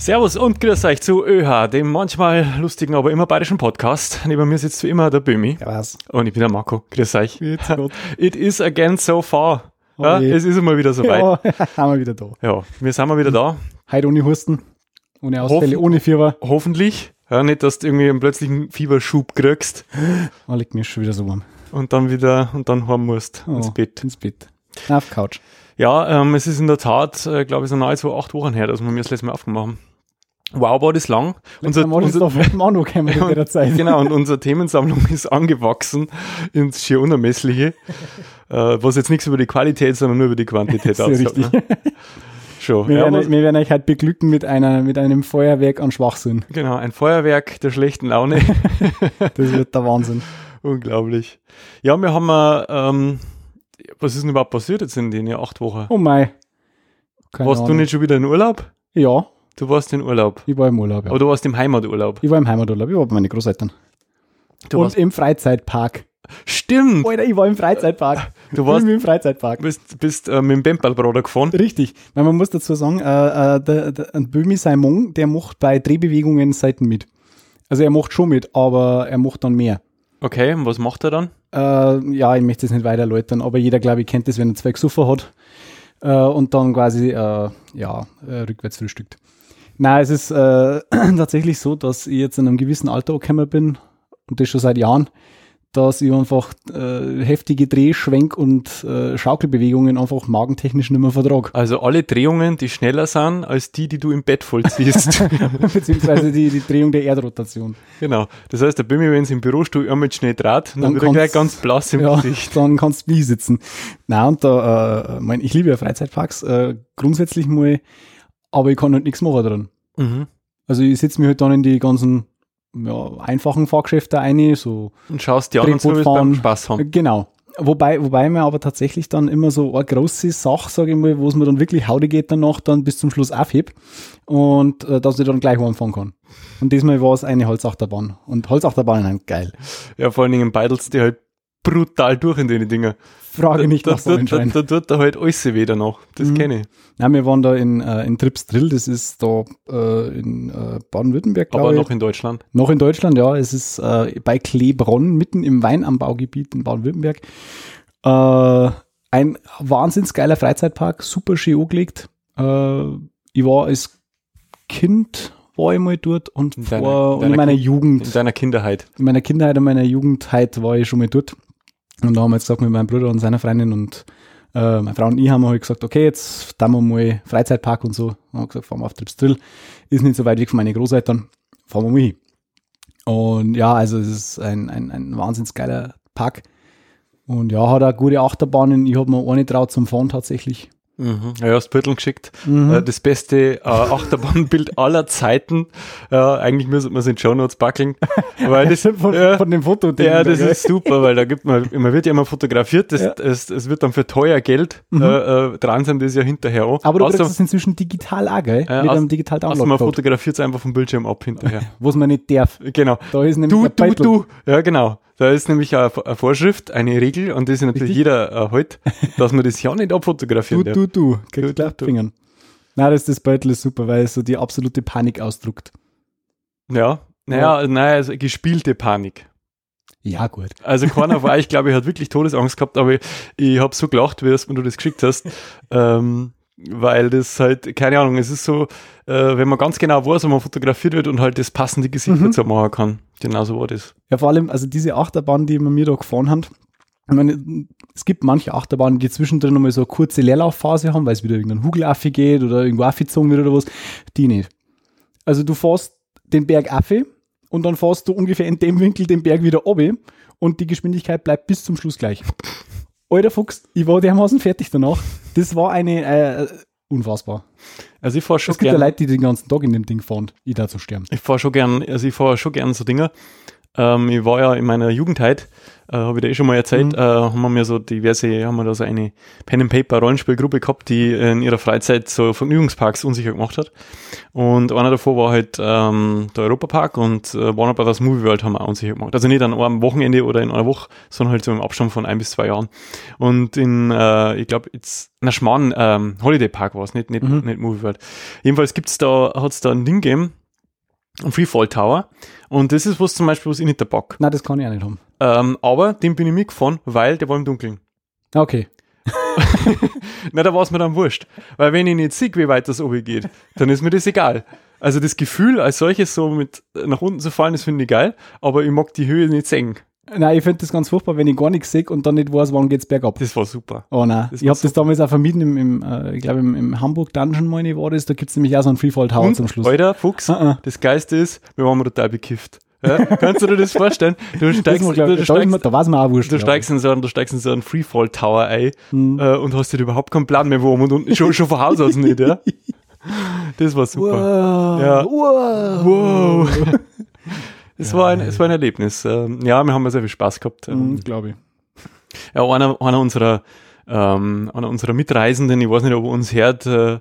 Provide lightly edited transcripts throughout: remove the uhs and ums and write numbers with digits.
Servus und grüß euch zu ÖH, dem manchmal lustigen, aber immer bayerischen Podcast. Neben mir sitzt wie immer der Böhmi. Ja, was? Und ich bin der Marco. Grüß euch. Grüß Gott. It is again so far. Oh Ja, je. es ist immer wieder soweit. Ja, haben wir wieder da. Ja, wir sind mal wieder da. Heute ohne Husten, ohne Ausfälle, ohne Fieber. Hoffentlich. Ja, nicht, dass du irgendwie einen plötzlichen Fieberschub kriegst Oh, liegt mir schon wieder so warm. und dann heim musst ins Bett. Ins Bett. Auf die Couch. Ja, es ist in der Tat, glaube ich, so nahezu 8 Wochen her, dass wir mir das letzte Mal aufgemacht haben. Wow, war das lang. Unser Manu käme in der Zeit. Genau, und unsere Themensammlung ist angewachsen ins schier Unermessliche, was jetzt nichts über die Qualität, sondern nur über die Quantität Sehr aussagt. richtig. Ne? Schon. Wir Ja, werden euch halt beglücken mit einem Feuerwerk an Schwachsinn. genau, ein Feuerwerk der schlechten Laune. Das wird der Wahnsinn. Unglaublich. Ja, wir haben, was ist denn überhaupt passiert jetzt in den 8 Wochen? Oh mei. Keine Warst du Ahnung. nicht schon wieder in Urlaub? Ja, Du warst in Urlaub. ich war im Urlaub, ja. Aber du warst im Heimaturlaub. Ich war im Heimaturlaub, ich war bei meinen Großeltern. Du Und warst, im Freizeitpark. stimmt! Alter, ich war im Freizeitpark. Du warst, im Freizeitpark. bist mit dem Bempelbruder gefahren. Richtig, weil man muss dazu sagen, der Böhmi Simon, der macht bei Drehbewegungen selten mit. Also er macht schon mit, aber er macht dann mehr. Okay, und was macht er dann? Ja, ich möchte es nicht weiter erläutern, aber jeder, glaube ich, kennt das, wenn er 2 gesoffen hat und dann quasi rückwärts frühstückt. Nein, es ist tatsächlich so, dass ich jetzt in einem gewissen Alter angekommen bin und das schon seit Jahren, dass ich einfach heftige Drehschwenk- und Schaukelbewegungen einfach magentechnisch nicht mehr vertrage. Also alle Drehungen, die schneller sind als die du im Bett vollziehst. Beziehungsweise die Drehung der Erdrotation. Genau. Das heißt, der Böhmi, wenn es im Bürostuhl einmal schnell dreht, dann wird er kann's- gleich ganz blass im Ja, Gesicht. dann kannst du nie sitzen. Nein, und da, ich liebe ja Freizeitparks, grundsätzlich mal, aber ich kann halt nichts machen dran. Mhm. Also ich setze mich halt dann in die ganzen einfachen Fahrgeschäfte ein, so Und schaust die an und so, wie es beim Tretbootfahren. Spaß haben. Genau. Wobei mir aber tatsächlich dann immer so eine große Sache, sage ich mal, wo es mir dann wirklich Haude geht danach, dann bis zum Schluss aufhebe und dass ich dann gleich heimfahren kann. Und diesmal war es eine Holzachterbahn. Und Holzachterbahnen sind geil. Ja, vor allen Dingen beidelst die halt brutal durch in den Dinger. Frage nicht nach Sonnenschein. Da tut er halt alles weh danach. Das kenne ich. Ja, wir waren da in Tripsdrill, das ist da in Baden-Württemberg, Aber glaube ich. noch in Deutschland. Noch in Deutschland, ja. Es ist bei Kleebronn, mitten im Weinanbaugebiet in Baden-Württemberg. Ein wahnsinns geiler Freizeitpark, super schön angelegt. Ich war als Kind, war ich mal dort und In in meiner Jugend. In deiner Kinderheit. In meiner Kindheit und meiner Jugendheit war ich schon mal dort. Und da haben wir jetzt gesagt mit meinem Bruder und seiner Freundin und meine Frau und ich haben halt gesagt, okay, jetzt da wir mal Freizeitpark und so. Dann haben wir gesagt, fahren wir auf Tripsdrill. Ist nicht so weit weg von meinen Großeltern. Fahren wir mal hin. Und ja, also es ist ein wahnsinnig geiler Park. Und ja, hat auch gute Achterbahnen. Ich habe mir eine traut zum Fahren tatsächlich. Mhm. Ja, hast Viertel geschickt. Das beste Achterbahnbild aller Zeiten. Eigentlich müsste man es in Shownotes backeln. Weil das, von dem Foto. ja, das ist super, weil da man wird ja immer fotografiert, es wird dann für teuer Geld, dran sind das ja hinterher an. Aber du kriegst Außer, es inzwischen digital auch, gell? Mit einem digital man Download. fotografiert es einfach vom Bildschirm ab hinterher. Was man nicht darf. Genau. Da ist nämlich der Beutel. Ja, genau. Da ist nämlich eine Vorschrift, eine Regel, und das ist natürlich Richtig. jeder halt, dass man das ja nicht abfotografieren darf. Du. Kriegst gleich du. Fingern. Nein, das Beutel ist super, weil es so die absolute Panik ausdruckt. Ja, also gespielte Panik. Ja, gut. Also keiner von euch, glaube ich, hat wirklich Todesangst gehabt, aber ich habe so gelacht, wenn du das geschickt hast, weil das halt, keine Ahnung, es ist so, wenn man ganz genau weiß, wo man fotografiert wird und halt das passende Gesicht dazu machen kann. Genau so war das. Ja, vor allem, also diese Achterbahn, die wir mir da gefahren haben, ich meine, es gibt manche Achterbahnen, die zwischendrin nochmal so eine kurze Leerlaufphase haben, weil es wieder irgendein Hugel geht oder irgendwo aufgezogen wird oder was. Die nicht. Also du fährst den Berg auf und dann fährst du ungefähr in dem Winkel den Berg wieder runter und die Geschwindigkeit bleibt bis zum Schluss gleich. Alter Fuchs, ich war dermaßen fertig danach. Das war eine unfassbar. Also ich fahre schon Es gibt ja gern, Leute, die den ganzen Tag in dem Ding fahren. Ich da zu sterben. ich fahre schon gern so Dinger. Ich war ja in meiner Jugendheit, habe ich dir schon mal erzählt, haben wir da so eine Pen-and-Paper-Rollenspielgruppe gehabt, die in ihrer Freizeit so Vergnügungsparks unsicher gemacht hat. Und einer davor war halt der Europapark und Warner Brothers Movie World haben wir auch unsicher gemacht. Also nicht an einem Wochenende oder in einer Woche, sondern halt so im Abstand von 1 bis 2 Jahren. Und in, ich glaube, Schmarrn, Holiday Park war es, nicht Movie World. Jedenfalls hat's da ein Ding gegeben, ein Freefall Tower. Und das ist was ich nicht der Bock. Nein, das kann ich auch nicht haben. Aber den bin ich mitgefahren, weil der war im Dunkeln. Okay. Na, da war es mir dann wurscht. Weil wenn ich nicht sehe, wie weit das oben geht, dann ist mir das egal. Also das Gefühl als solches so mit nach unten zu fallen, das finde ich geil, aber ich mag die Höhe nicht sehen. Nein, ich finde das ganz furchtbar, wenn ich gar nichts sehe und dann nicht weiß, wann geht's bergab. Das war super. Oh nein, ich habe das damals auch vermieden ich glaube im Hamburg Dungeon meine war das, da gibt es nämlich auch so einen Freefall Tower zum Schluss. Alter, Fuchs, das Geiste ist, wir waren total bekifft. Ja, kannst du dir das vorstellen? Da weiß man auch wurscht. Du steigst in so einen Freefall Tower ein und hast dir überhaupt keinen Plan mehr, wo oben und unten schon von Haus aus nicht, ja? Das war super. Wow. Ja. Wow. Es war ein Erlebnis. Ja, wir haben sehr viel Spaß gehabt. Glaube ich. Ja, einer unserer Mitreisenden, ich weiß nicht, ob er uns hört, der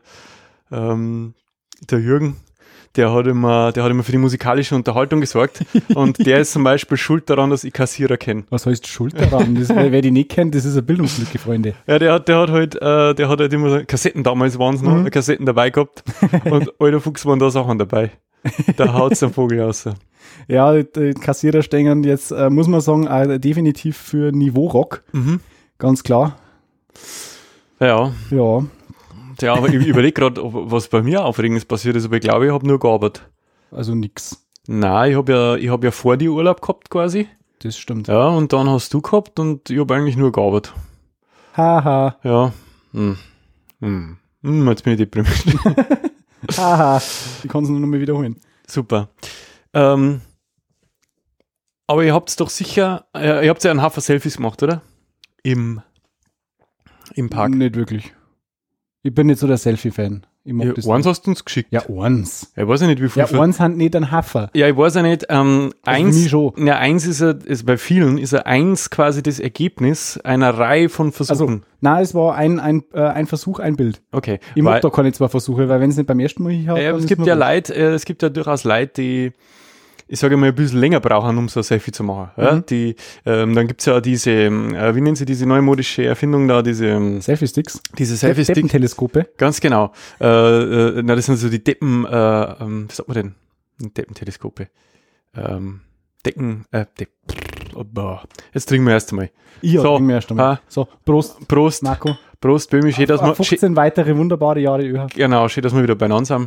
Jürgen, der hat immer für die musikalische Unterhaltung gesorgt und der ist zum Beispiel schuld daran, dass ich Kassierer kenne. Was heißt schuld daran? Wer die nicht kennt, das ist eine Bildungslücke, Freunde. Ja, der hat halt immer so Kassetten, damals waren es noch, Kassetten dabei gehabt und alter Fuchs waren da Sachen dabei. Da haut's der Vogel raus. Ja, die Kassierer stehen jetzt, muss man sagen, definitiv für Niveau-Rock. Ganz klar. Ja. Ja. Ja, aber ich überlege gerade, was bei mir Aufregendes passiert ist, aber ich glaube, ich habe nur gearbeitet. Also nix. Nein, ich hab ja vor dir Urlaub gehabt quasi. Das stimmt. Ja, und dann hast du gehabt und ich habe eigentlich nur gearbeitet. Haha. Ja. Jetzt bin ich deprimiert. Haha. Ich kann es nur noch mal wiederholen. Super. Aber ihr habt doch sicher, ihr habt ja einen Haufen Selfies gemacht, oder? Im Park. Nicht wirklich. Ich bin nicht so der Selfie-Fan. Eins hast du uns geschickt. Ja, eins. Ich weiß ja nicht, wie viel. Ja, eins haben nicht ein Hafer. Ja, ich weiß ja nicht. Eins, schon. Ja, eins ist bei vielen, ist eins quasi das Ergebnis einer Reihe von Versuchen. Also, nein, es war ein Versuch, ein Bild. Okay. Ich mag da keine 2 Versuche, weil wenn es nicht beim ersten Mal hier hat, es gibt ja Leute, es gibt ja durchaus Leute, die, ich sage mal, ein bisschen länger brauchen, um so ein Selfie zu machen. Ja? Dann gibt's ja diese, wie nennen sie diese neumodische Erfindung da, diese Selfie-Sticks. Diese Selfie-Sticks. Deppenteleskope. Ganz genau. Das sind so die Deppen, was sagt man denn? Deppenteleskope. Jetzt trinken wir erst einmal. Trinken wir erst einmal. So, Prost. Prost. Marco. Prost, Böhmi. Schön, dass wir 15 weitere wunderbare Jahre Öl. Genau, schön, dass wir wieder beieinander sind.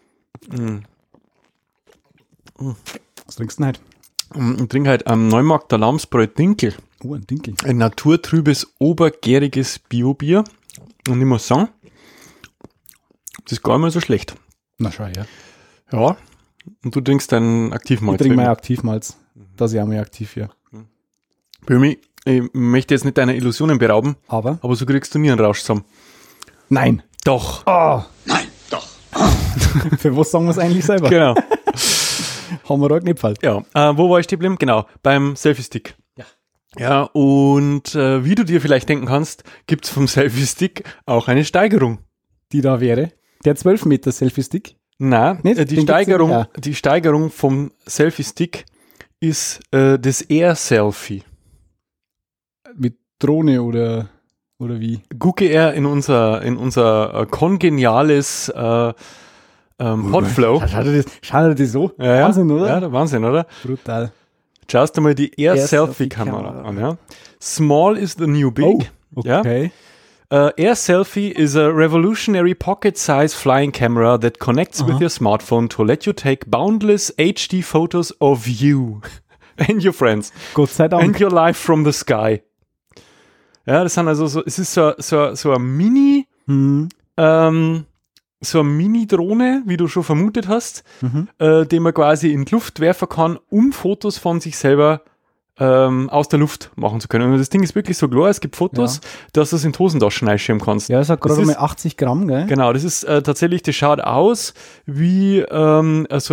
Was trinkst du denn heute? Ich trinke halt am Neumarkt der Lamsbräu Dinkel. Oh, ein Dinkel. Ein naturtrübes, obergäriges Biobier. Und ich muss sagen, das ist gar nicht mal so schlecht. Na schau, ja. Ja. Und du trinkst deinen Aktivmalz. Ich trinke meinen Aktivmalz. Das ist ja mal aktiv, ja. Böhmi, ich möchte jetzt nicht deine Illusionen berauben. Aber so kriegst du nie einen Rausch zusammen. Nein. Doch. Oh. Nein, doch. Für was sagen wir es eigentlich selber? Genau. Haben wir da geknipfelt. Ja, wo war ich stehen geblieben? Genau, beim Selfie-Stick. Ja, und wie du dir vielleicht denken kannst, gibt es vom Selfie-Stick auch eine Steigerung. Die da wäre? Der 12 Meter Selfie-Stick? Nein, die Steigerung vom Selfie-Stick ist das Air-Selfie. Mit Drohne oder wie? Gucke er in unser kongeniales Hotflow. Schaut er das so? Ja, Wahnsinn, oder? Ja, Wahnsinn, oder? Brutal. Schaust du mal die Air-Selfie-Kamera an. Ja? Small is the new big. Oh, okay. Ja? Air-Selfie is a revolutionary pocket-size flying camera that connects with your smartphone to let you take boundless HD photos of you and your friends. Gott sei Dank. And your life from the sky. Ja, das sind also so, es ist so ein Mini, so eine Mini-Drohne, wie du schon vermutet hast, die man quasi in die Luft werfen kann, um Fotos von sich selber aus der Luft machen zu können. Und das Ding ist wirklich so klar, es gibt Fotos, dass du es in die Hosentaschen einschirmen kannst. Ja, es hat gerade mal 80 Gramm, gell? Genau, das ist tatsächlich, das schaut aus wie so ein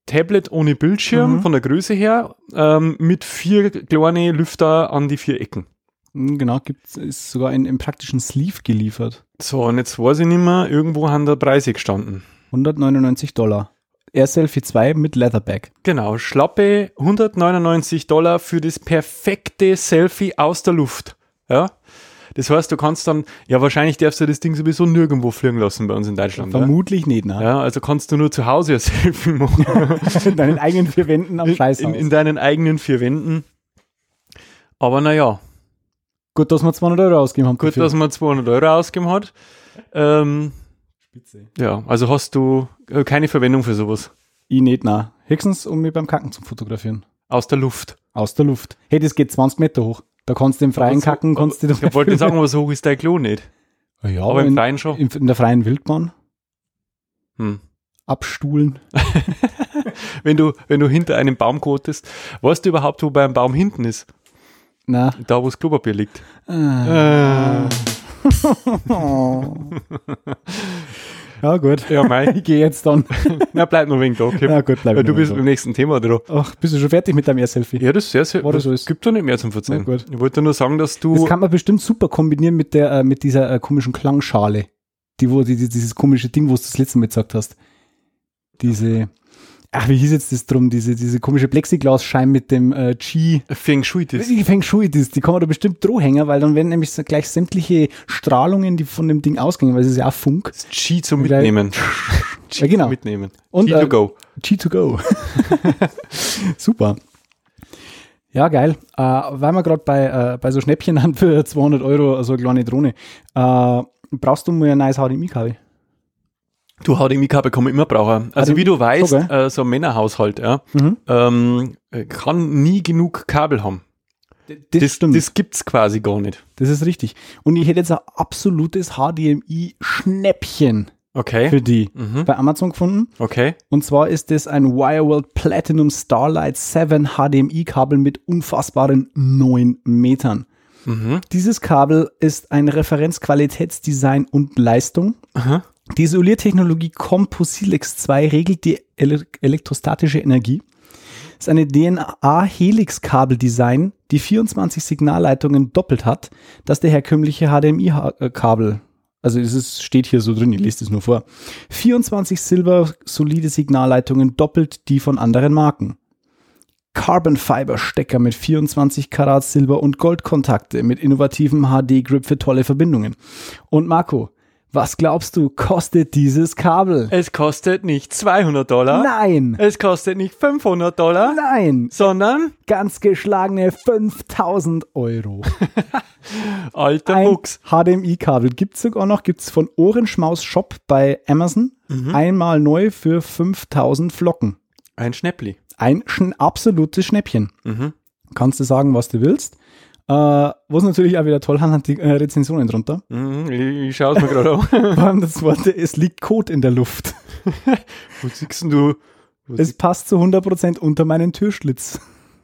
Tablet ohne Bildschirm von der Größe her, mit 4 kleine Lüfter an die 4 Ecken. Genau, ist sogar im praktischen Sleeve geliefert. So, und jetzt weiß ich nicht mehr, irgendwo haben da Preise gestanden. $199. Air Selfie 2 mit Leatherback. Genau, schlappe $199 für das perfekte Selfie aus der Luft. Ja, das heißt, du kannst dann, ja wahrscheinlich darfst du das Ding sowieso nirgendwo fliegen lassen bei uns in Deutschland. Vermutlich nicht, ne? Ja, also kannst du nur zu Hause ein Selfie machen. In deinen eigenen 4 Wänden am Scheißhaus. In deinen eigenen 4 Wänden. Aber naja. Gut, dass wir 200 Euro ausgegeben haben. Gut, dass man 200 Euro ausgegeben hat. Spitze. Ja, also hast du keine Verwendung für sowas. Ich nicht, nein. Höchstens, um mich beim Kacken zu fotografieren. Aus der Luft. Aus der Luft. Hey, das geht 20 Meter hoch. Da kannst du im Freien kacken, kannst du... Ich wollte sagen, aber so hoch ist dein Klo nicht. Ja, aber im Freien schon. In der freien Wildbahn. Abstuhlen. wenn du hinter einem Baum kotest, weißt du überhaupt, wo bei einem Baum hinten ist? Na. Da, wo das Klopapier liegt. Ja, gut. Ja, mei. Ich gehe jetzt dann. Na, bleib noch ein wenig da, okay? Ja, gut, bleib du bist beim nächsten Thema dran. Ach, bist du schon fertig mit deinem Air-Selfie? Ja, das ist sehr, sehr. Das gibt doch nicht mehr zum Verzeihen. Gut. Ich wollte nur sagen, dass du. Das kann man bestimmt super kombinieren mit dieser komischen Klangschale. Dieses komische Ding, wo du das letzte Mal gesagt hast. Wie hieß jetzt das drum? Diese komische Plexiglasscheibe mit dem Feng Shui ist. Feng Shui ist. Die kann man da bestimmt hängen, weil dann werden nämlich so gleich sämtliche Strahlungen, die von dem Ding ausgehen, weil es ist ja auch Funk. Das Qi zum Mitnehmen. Ja, genau. Mitnehmen. Und, Qi to go. Qi to go. Super. Ja, geil. Weil wir gerade bei so Schnäppchen haben für 200 Euro so eine kleine Drohne. Brauchst du mal ein neues HDMI-Kabel? Du, HDMI-Kabel kann man immer brauchen. Also wie du weißt, so ein Männerhaushalt kann nie genug Kabel haben. Das stimmt. Das gibt's quasi gar nicht. Das ist richtig. Und ich hätte jetzt ein absolutes HDMI-Schnäppchen für die bei Amazon gefunden. Okay. Und zwar ist das ein Wireworld Platinum Starlight 7 HDMI-Kabel mit unfassbaren 9 Metern. Dieses Kabel ist ein Referenzqualitätsdesign und Leistung. Die Isoliertechnologie Composilex 2 regelt die elektrostatische Energie. Es ist eine DNA-Helix-Kabel-Design, die 24 Signalleitungen doppelt hat, das der herkömmliche HDMI-Kabel, also steht hier so drin, ich lese das nur vor, 24 silber-solide Signalleitungen doppelt die von anderen Marken. Carbon-Fiber-Stecker mit 24 Karat Silber- und Goldkontakte mit innovativem HD-Grip für tolle Verbindungen. Und Marco, was glaubst du, kostet dieses Kabel? Es kostet nicht $200. Nein. Es kostet nicht $500. Nein. Sondern ganz geschlagene 5.000 Euro. Alter Mucks. HDMI-Kabel gibt's sogar noch, gibt's von Ohrenschmaus Shop bei Amazon. Einmal neu für 5.000 Flocken. Ein Schnäppli. Ein absolutes Schnäppchen. Kannst du sagen, was du willst. Was natürlich auch wieder toll hat die Rezensionen drunter. Ich schaue es mir gerade an. Vor allem das Wort, es liegt Kot in der Luft. Wo siehst du? Es passt zu 100% unter meinen Türschlitz.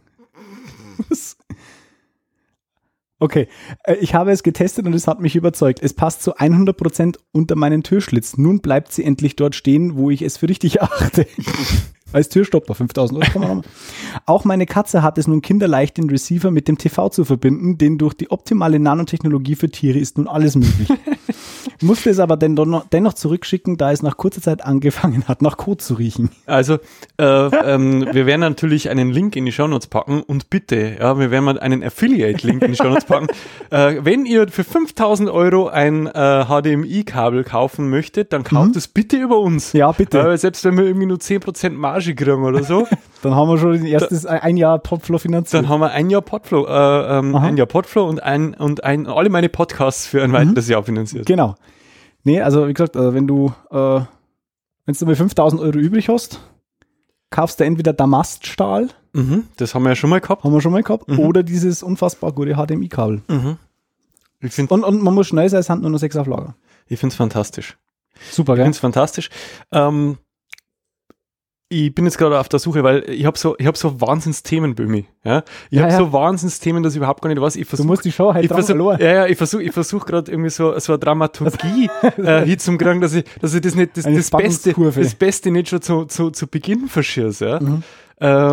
Okay, ich habe es getestet und es hat mich überzeugt. Es passt zu 100% unter meinen Türschlitz. Nun bleibt sie endlich dort stehen, wo ich es für richtig achte. Als Türstopper, 5.000 Euro kann man haben. Auch meine Katze hat es nun kinderleicht, den Receiver mit dem TV zu verbinden, denn durch die optimale Nanotechnologie für Tiere ist nun alles möglich. Musste es aber dennoch zurückschicken, da es nach kurzer Zeit angefangen hat, nach Kot zu riechen. Also, wir werden natürlich einen Link in die Shownotes packen und bitte, wir werden mal einen Affiliate-Link in die Shownotes packen. Wenn ihr für 5.000 Euro ein HDMI-Kabel kaufen möchtet, dann kauft es bitte über uns. Ja, bitte. Selbst wenn wir irgendwie nur 10% Marge kriegen oder so. Dann haben wir schon ein Jahr Podflow finanziert. Dann haben wir ein Jahr Podflow, und alle meine Podcasts für ein weiteres Jahr finanziert. Genau. Nee, also wie gesagt, wenn du mal 5.000 Euro übrig hast, kaufst du entweder Damaststahl. Das haben wir ja schon mal gehabt. Oder dieses unfassbar gute HDMI-Kabel. Und man muss schnell sein, es sind nur noch 6 auf Lager. Ich finde es fantastisch. Super, gell? Ich finde es fantastisch. ich bin jetzt gerade auf der Suche, weil ich habe so Wahnsinnsthemen, Böhmi. Ja? Ich habe so Wahnsinnsthemen, dass ich überhaupt gar nicht weiß. Du musst die Show halt ich versuch gerade irgendwie so eine Dramaturgie hinzukriegen, dass ich das nicht das Beste nicht schon zu Beginn verschieße. Ja?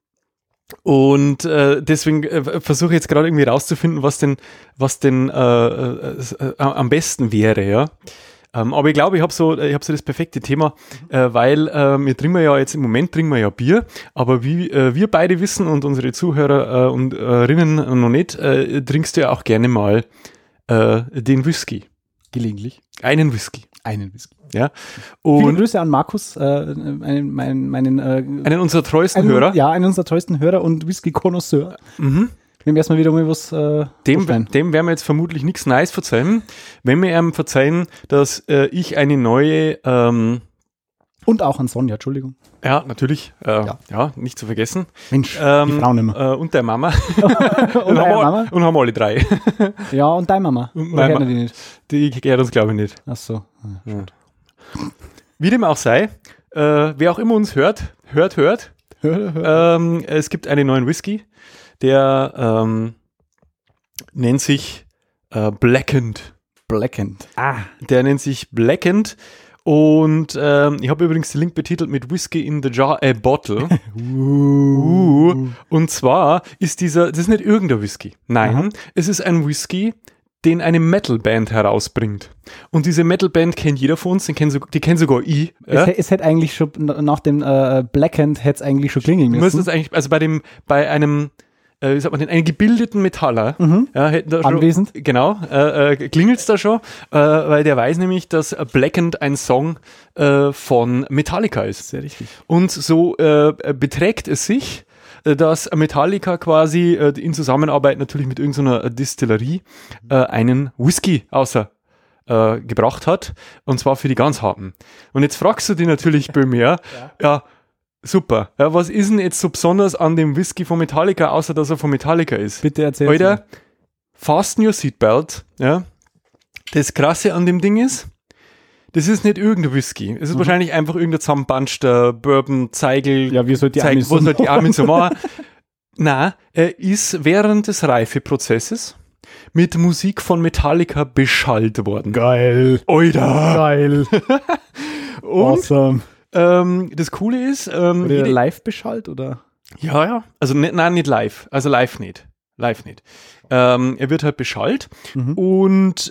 Deswegen versuche ich jetzt gerade irgendwie rauszufinden, was denn am besten wäre, ja. Aber ich glaube, ich habe so das perfekte Thema, weil wir trinken ja jetzt im Moment Bier, aber wie wir beide wissen und unsere Zuhörer und Rinnen noch nicht, trinkst du ja auch gerne mal den Whisky. Gelegentlich. Einen Whisky. Ja. Und viele Grüße an Markus, einen unserer treuesten Hörer. Ja, einen unserer treuesten Hörer und Whisky-Konnoisseur. Wenn wir erstmal wieder mal was dem werden wir jetzt vermutlich nichts Neues verzeihen, wenn wir ihm verzeihen, dass ich eine neue und auch an Sonja, Entschuldigung. Ja, natürlich. Ja, nicht zu vergessen. Mensch, die Frauen immer. Und der Mama. Und haben alle drei. Ja, und deine Mama. Oder kennen die nicht? Die gehört uns, glaube ich, nicht. Ach so. Ja. Wie dem auch sei, wer auch immer uns hört. Es gibt einen neuen Whisky, der nennt sich Blackened. Der nennt sich Blackened. Und ich habe übrigens den Link betitelt mit Whiskey in the Jar, a Bottle. Und zwar ist das ist nicht irgendein Whisky. Nein, es ist ein Whisky, den eine Metalband herausbringt. Und diese Metalband kennt jeder von uns, die kennt sogar ich. Es hätte eigentlich schon, nach dem Blackened hätte es eigentlich schon klingeln müssen. Das eigentlich, also bei einem wie sagt man denn, einen gebildeten Metaller hätten da schon, anwesend. Genau, klingelt es da schon, weil der weiß nämlich, dass Blackened ein Song von Metallica ist. Sehr richtig. Und so beträgt es sich, dass Metallica quasi in Zusammenarbeit natürlich mit irgendeiner Distillerie einen Whisky gebracht hat, und zwar für die ganz harten. Und jetzt fragst du dich natürlich, Böhmer, ja, super. Ja, was ist denn jetzt so besonders an dem Whisky von Metallica, außer dass er von Metallica ist? Bitte erzähl. Alter, fasten your seatbelt. Ja. Das Krasse an dem Ding ist, das ist nicht irgendein Whisky. Es ist wahrscheinlich einfach irgendein zusammenpanschter Bourbon, Zeigel. Ja, wie soll die Amis so die Amis so machen. Nein, er ist während des Reifeprozesses mit Musik von Metallica beschallt worden. Geil. Alter. Geil. Und awesome. Das Coole ist... Oder live beschallt, oder? Ja. Also nein, nicht live. Also live nicht. Er wird halt beschallt und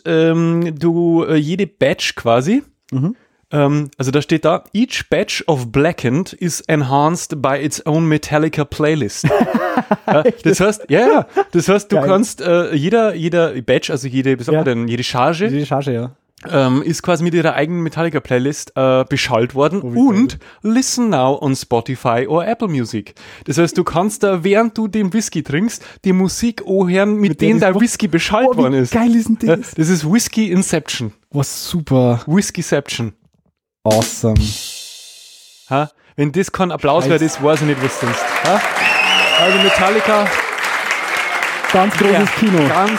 jede Batch quasi, also da steht da, each batch of Blackened is enhanced by its own Metallica Playlist. Das heißt, du kannst jeder Batch, also jede Charge, ist quasi mit ihrer eigenen Metallica-Playlist beschallt worden und listen now on Spotify or Apple Music. Das heißt, du kannst da, während du den Whisky trinkst, die Musik hören, mit denen dein Whisky beschallt worden ist. Geil ist denn das? Das ist Whisky Inception. Was super. Whiskyception. Awesome. Ha? Wenn das kein Applaus wäre, das weiß ich nicht, was du denkst. Ha? Also Metallica... Ganz großes Kino.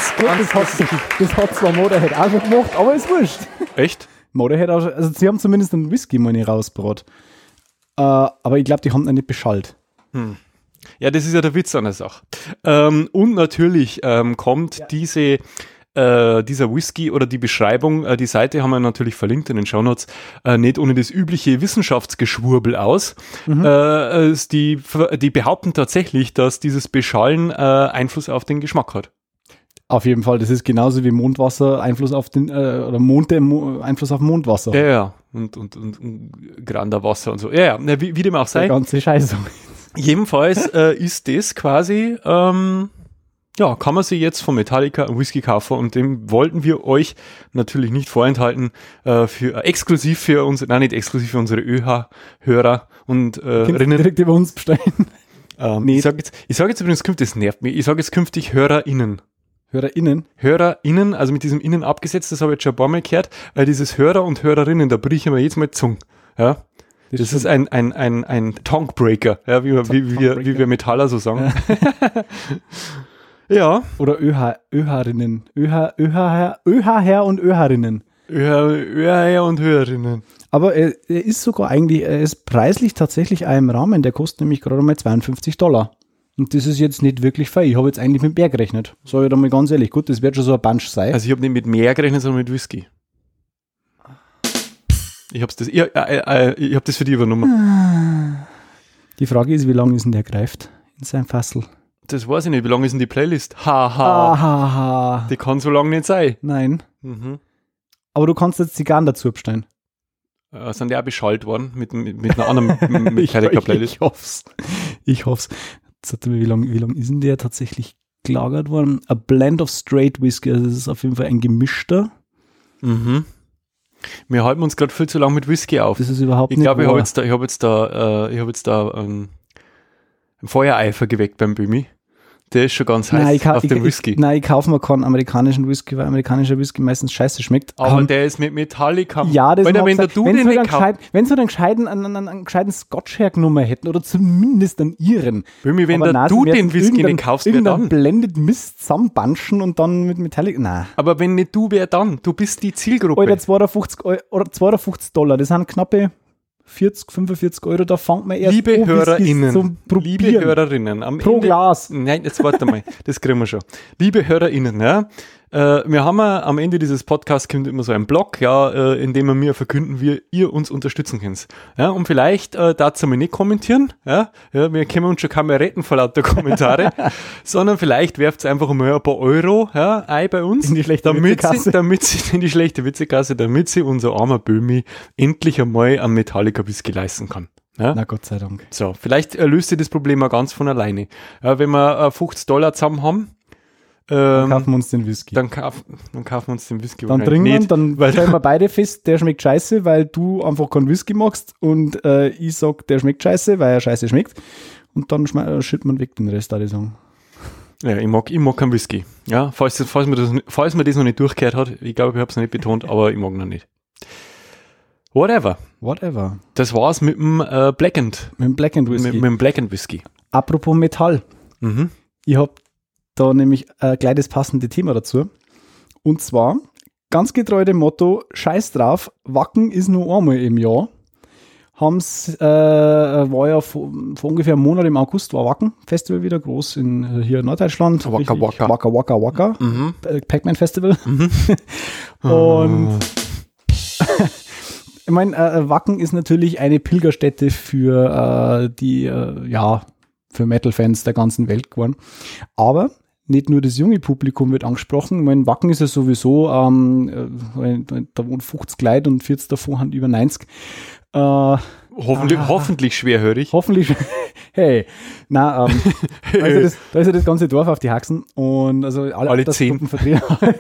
Das hat zwar Motorhead auch schon gemacht, aber ist wurscht. Echt? Motorhead auch schon, also sie haben zumindest einen Whisky mal nicht rausgebracht. Aber ich glaube, die haben ihn nicht beschallt. Ja, das ist ja der Witz an der Sache. Und natürlich kommt dieser Whisky oder die Beschreibung, die Seite haben wir natürlich verlinkt in den Shownotes, nicht ohne das übliche Wissenschaftsgeschwurbel aus. Die behaupten tatsächlich, dass dieses Beschallen Einfluss auf den Geschmack hat. Auf jeden Fall, das ist genauso wie Mondwasser Einfluss auf den, oder Einfluss auf Mondwasser. Ja. Und Granderwasser und so. Ja, wie dem auch sei. Der ganze Scheiße. Jedenfalls ist das quasi... kann man sich jetzt von Metallica einen Whisky kaufen, und dem wollten wir euch natürlich nicht vorenthalten, exklusiv für unsere ÖH-Hörer und Rinnen. Direkt über uns bestellen. Ich sage jetzt übrigens künftig, das nervt mich, ich sage jetzt künftig HörerInnen. HörerInnen, also mit diesem Innen abgesetzt, das habe ich jetzt schon ein paar Mal gehört, weil dieses Hörer und Hörerinnen, da bricht mir jedes Mal die Zunge. Ja? Das ist ein Tonguebreaker, ja, wie wir Metaller so sagen. Ja. Oder ÖH-Herrinnen. ÖH-Herr und ÖH-Herrinnen. Hörer und Hörerinnen. Aber er ist sogar eigentlich, er ist preislich tatsächlich auch im Rahmen, der kostet nämlich gerade mal $52. Und das ist jetzt nicht wirklich fair. Ich habe jetzt eigentlich mit mehr gerechnet. Sag ich da mal ganz ehrlich. Gut, das wird schon so ein Bunch sein. Also ich habe nicht mit mehr gerechnet, sondern mit Whisky. Ich habe das für dich übernommen. Die Frage ist, wie lange ist denn der greift in seinem Fassel? Das weiß ich nicht. Wie lang ist denn die Playlist? Haha. Die kann so lang nicht sein. Nein. Mhm. Aber du kannst jetzt Zigarren dazu abstellen. Sind die auch beschallt worden mit einer anderen Metallica-Playlist? Ich hoff's. Jetzt warte mal, wie lang ist denn der tatsächlich gelagert worden? A blend of straight Whisky, also das ist auf jeden Fall ein gemischter. Mhm. Wir halten uns gerade viel zu lang mit Whisky auf. Das ist überhaupt Ich nicht glaube, ich wahr. habe jetzt da einen Feuereifer geweckt beim Bümi. Der ist schon ganz heiß auf dem Whisky. Ich kaufe mir keinen amerikanischen Whisky, weil amerikanischer Whisky meistens scheiße schmeckt. Aber der ist mit Metallica. Ja, das Alter, mag sein. Wenn sie den gescheiten Scotch hergenommen hätten oder zumindest einen ihren. Bümi, wenn Aber du den Whisky nicht kaufst, wer dann? dann? Blendet Mist zusammenbanschen und dann mit Metallica. Nein. Aber wenn nicht du, wer dann? Du bist die Zielgruppe. Alter, $52, das sind knappe 45 €, da fängt man erst Liebe Whiskys Hörerinnen, zum Probieren. liebe Hörerinnen, am Pro Ende, Glas. Nein, jetzt warte mal, das kriegen wir schon. Liebe Hörerinnen, ja, wir haben am Ende dieses Podcasts kommt immer so ein Blog, ja, in dem wir verkünden, wie ihr uns unterstützen könnt. Ja, und vielleicht dazu mal nicht kommentieren, ja, wir können uns schon kaum mehr retten vor lauter Kommentare, sondern vielleicht werft einfach mal ein paar Euro, ja, ein bei uns, in die schlechte Witzekasse. damit sie in die schlechte Witzekasse, damit sie unser armer Böhmi endlich einmal einen Metallica-Whisky leisten kann. Ja? Na Gott sei Dank. So, vielleicht löst sich das Problem auch ganz von alleine. Wenn wir $50 zusammen haben, dann kaufen wir uns den Whisky. Dann kaufen wir uns den Whisky. Dann trinken wir, dann stellen wir beide fest, der schmeckt scheiße, weil du einfach keinen Whisky magst und ich sag, der schmeckt scheiße, weil er scheiße schmeckt. Und dann schüttet man weg den Rest, würde ich sagen. Ja, ich mag keinen Whisky. Ja, falls mir das noch nicht durchgehört hat, ich glaube, ich habe es noch nicht betont, aber ich mag noch nicht. Whatever. Das war's mit dem Black and Whisky. Mit dem Black and Whisky. Apropos Metall. Mhm. Ich habe da nämlich gleich das passende Thema dazu. Und zwar, ganz getreu dem Motto, scheiß drauf, Wacken ist nur einmal im Jahr. War ja vor ungefähr einem Monat im August, war Wacken Festival wieder groß hier in Norddeutschland. Waka. Mhm. Pac-Man Festival. Mhm. Und ich meine, Wacken ist natürlich eine Pilgerstätte für für Metal-Fans der ganzen Welt geworden. Aber nicht nur das junge Publikum wird angesprochen. Ich meine, Wacken ist ja sowieso, da wohnen 50 Leute und 40 davon haben über 90. Hoffentlich schwerhörig. Hoffentlich. Hey. Da ist ja das ganze Dorf auf die Haxen und also alle Altersgruppen vertreten.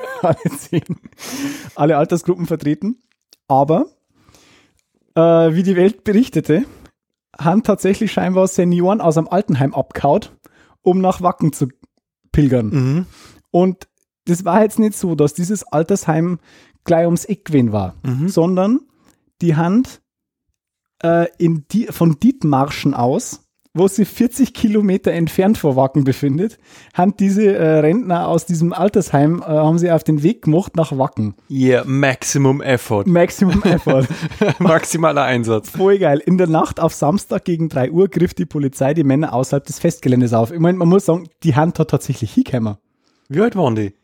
Alle Altersgruppen vertreten. Aber wie die Welt berichtete, haben tatsächlich scheinbar Senioren aus einem Altenheim abgehauen, um nach Wacken zu pilgern. Mhm. Und das war jetzt nicht so, dass dieses Altersheim gleich ums Eck gewesen war, sondern die haben von Dithmarschen aus, wo sie 40 Kilometer entfernt vor Wacken befindet, haben diese Rentner aus diesem Altersheim haben sie auf den Weg gemacht nach Wacken. Yeah, Maximum Effort. Maximaler Einsatz. Voll geil. In der Nacht auf Samstag gegen 3 Uhr griff die Polizei die Männer außerhalb des Festgeländes auf. Ich meine, man muss sagen, die haben da tatsächlich hingekommen. Wie alt waren die?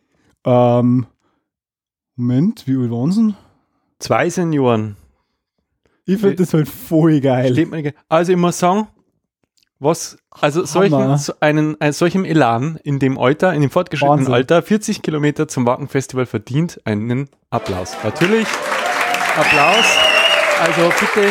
Moment, wie alt waren sie? 2 Senioren. Ich finde das halt voll geil. Also ich muss sagen, solchem Elan in dem Alter, in dem fortgeschrittenen Wahnsinn. Alter, 40 Kilometer zum Wacken-Festival verdient einen Applaus. Natürlich, Applaus. Also bitte.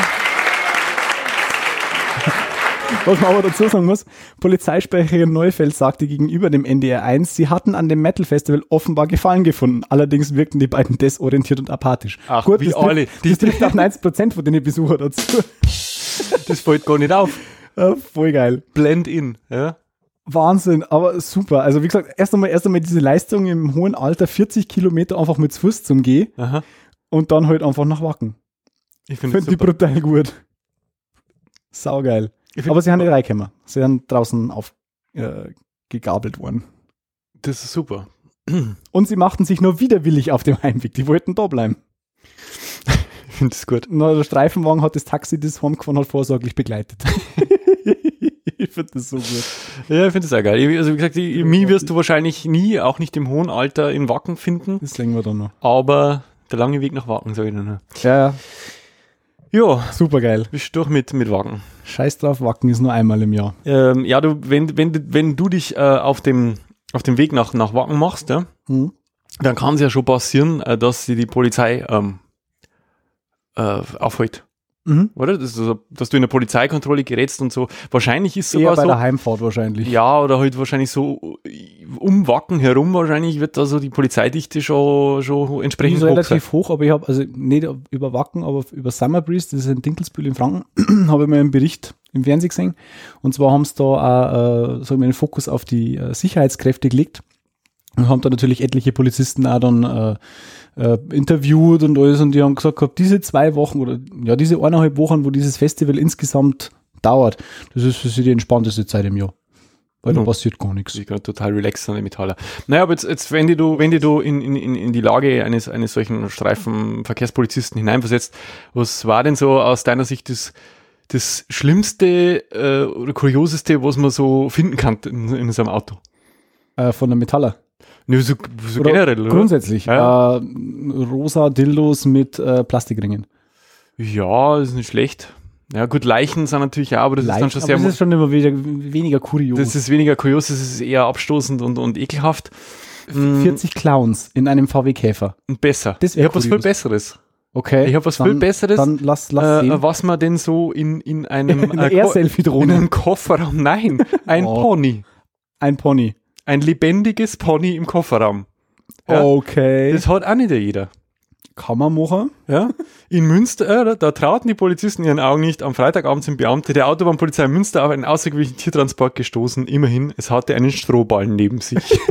Was man aber dazu sagen muss, Polizeisprecherin Neufeld sagte gegenüber dem NDR 1, sie hatten an dem Metal-Festival offenbar Gefallen gefunden. Allerdings wirkten die beiden desorientiert und apathisch. Ach, gut, wie alle. Das trifft auch 90% von den Besuchern dazu. Das fällt gar nicht auf. Ja, voll geil. Blend in, ja. Wahnsinn, aber super. Also wie gesagt, erst einmal diese Leistung im hohen Alter, 40 Kilometer einfach mit Fuß zum Gehen. Aha. Und dann halt einfach nach Wacken. Ich finde die brutal gut. Saugeil. Aber sie haben nicht reingekommen. Sie sind draußen gegabelt worden. Das ist super. Und sie machten sich nur widerwillig auf dem Heimweg. Die wollten da bleiben. Ich finde das gut. Na, der Streifenwagen hat das Taxi, das heimgefahren hat, vorsorglich begleitet. Ich finde das so gut. Ja, ich finde das auch geil. Also wie gesagt, mich wirst du wahrscheinlich nie, auch nicht im hohen Alter, in Wacken finden. Das legen wir dann noch. Aber der lange Weg nach Wacken, sage ich dir nur. Ja, Ja, super geil. bist du durch mit Wacken. Scheiß drauf, Wacken ist nur einmal im Jahr. Ja, wenn du dich auf dem Weg nach Wacken machst, ja, dann kann es ja schon passieren, dass sie die Polizei aufhält. Oder? Dass du in eine Polizeikontrolle gerätst und so. Wahrscheinlich ist sogar Eher bei so. der Heimfahrt wahrscheinlich. Ja, oder halt wahrscheinlich so um Wacken herum wahrscheinlich wird da so die Polizeidichte schon Die entsprechend ist hoch sein. relativ hoch, aber ich habe, also nicht über Wacken, aber über Summer Breeze, das ist in Dinkelsbühl in Franken, habe ich mal einen Bericht im Fernsehen gesehen. Und zwar haben sie da auch, sagen wir, einen Fokus auf die Sicherheitskräfte gelegt und haben da natürlich etliche Polizisten auch dann interviewt und alles, und die haben gesagt gehabt, diese 2 Wochen oder ja, diese 1,5 Wochen, wo dieses Festival insgesamt dauert, das ist für sie die entspannteste Zeit im Jahr. Weil da passiert gar nichts. Ich kann total relaxed an die Metaller. Naja, aber jetzt wenn du in die Lage eines solchen Streifenverkehrspolizisten hineinversetzt, was war denn so aus deiner Sicht das Schlimmste oder Kurioseste, was man so finden kann in so einem Auto? Von der Metaller. Ne, so Oder generell, oder? grundsätzlich. Ja. Rosa Dildos mit Plastikringen. Ja, ist nicht schlecht. Ja, gut, Leichen sind natürlich auch, aber das ist dann schon aber sehr. das ist schon immer weniger kurios. Das ist weniger kurios, das ist eher abstoßend und ekelhaft. 40 Clowns in einem VW-Käfer. Und besser. Das Ich wär habe was viel kurios. Besseres. Okay. Ich habe was viel Besseres. Dann lass sehen. Was man denn so in einem Eine Air-Selfie-Drohne. in einem Kofferraum, nein, ein Pony. Ein Pony. Ein lebendiges Pony im Kofferraum. Ja, Okay. das hat auch nicht jeder. Kann man machen. Ja? In Münster, da trauten die Polizisten ihren Augen nicht. Am Freitagabend sind Beamte der Autobahnpolizei in Münster auf einen außergewöhnlichen Tiertransport gestoßen. Immerhin, es hatte einen Strohballen neben sich.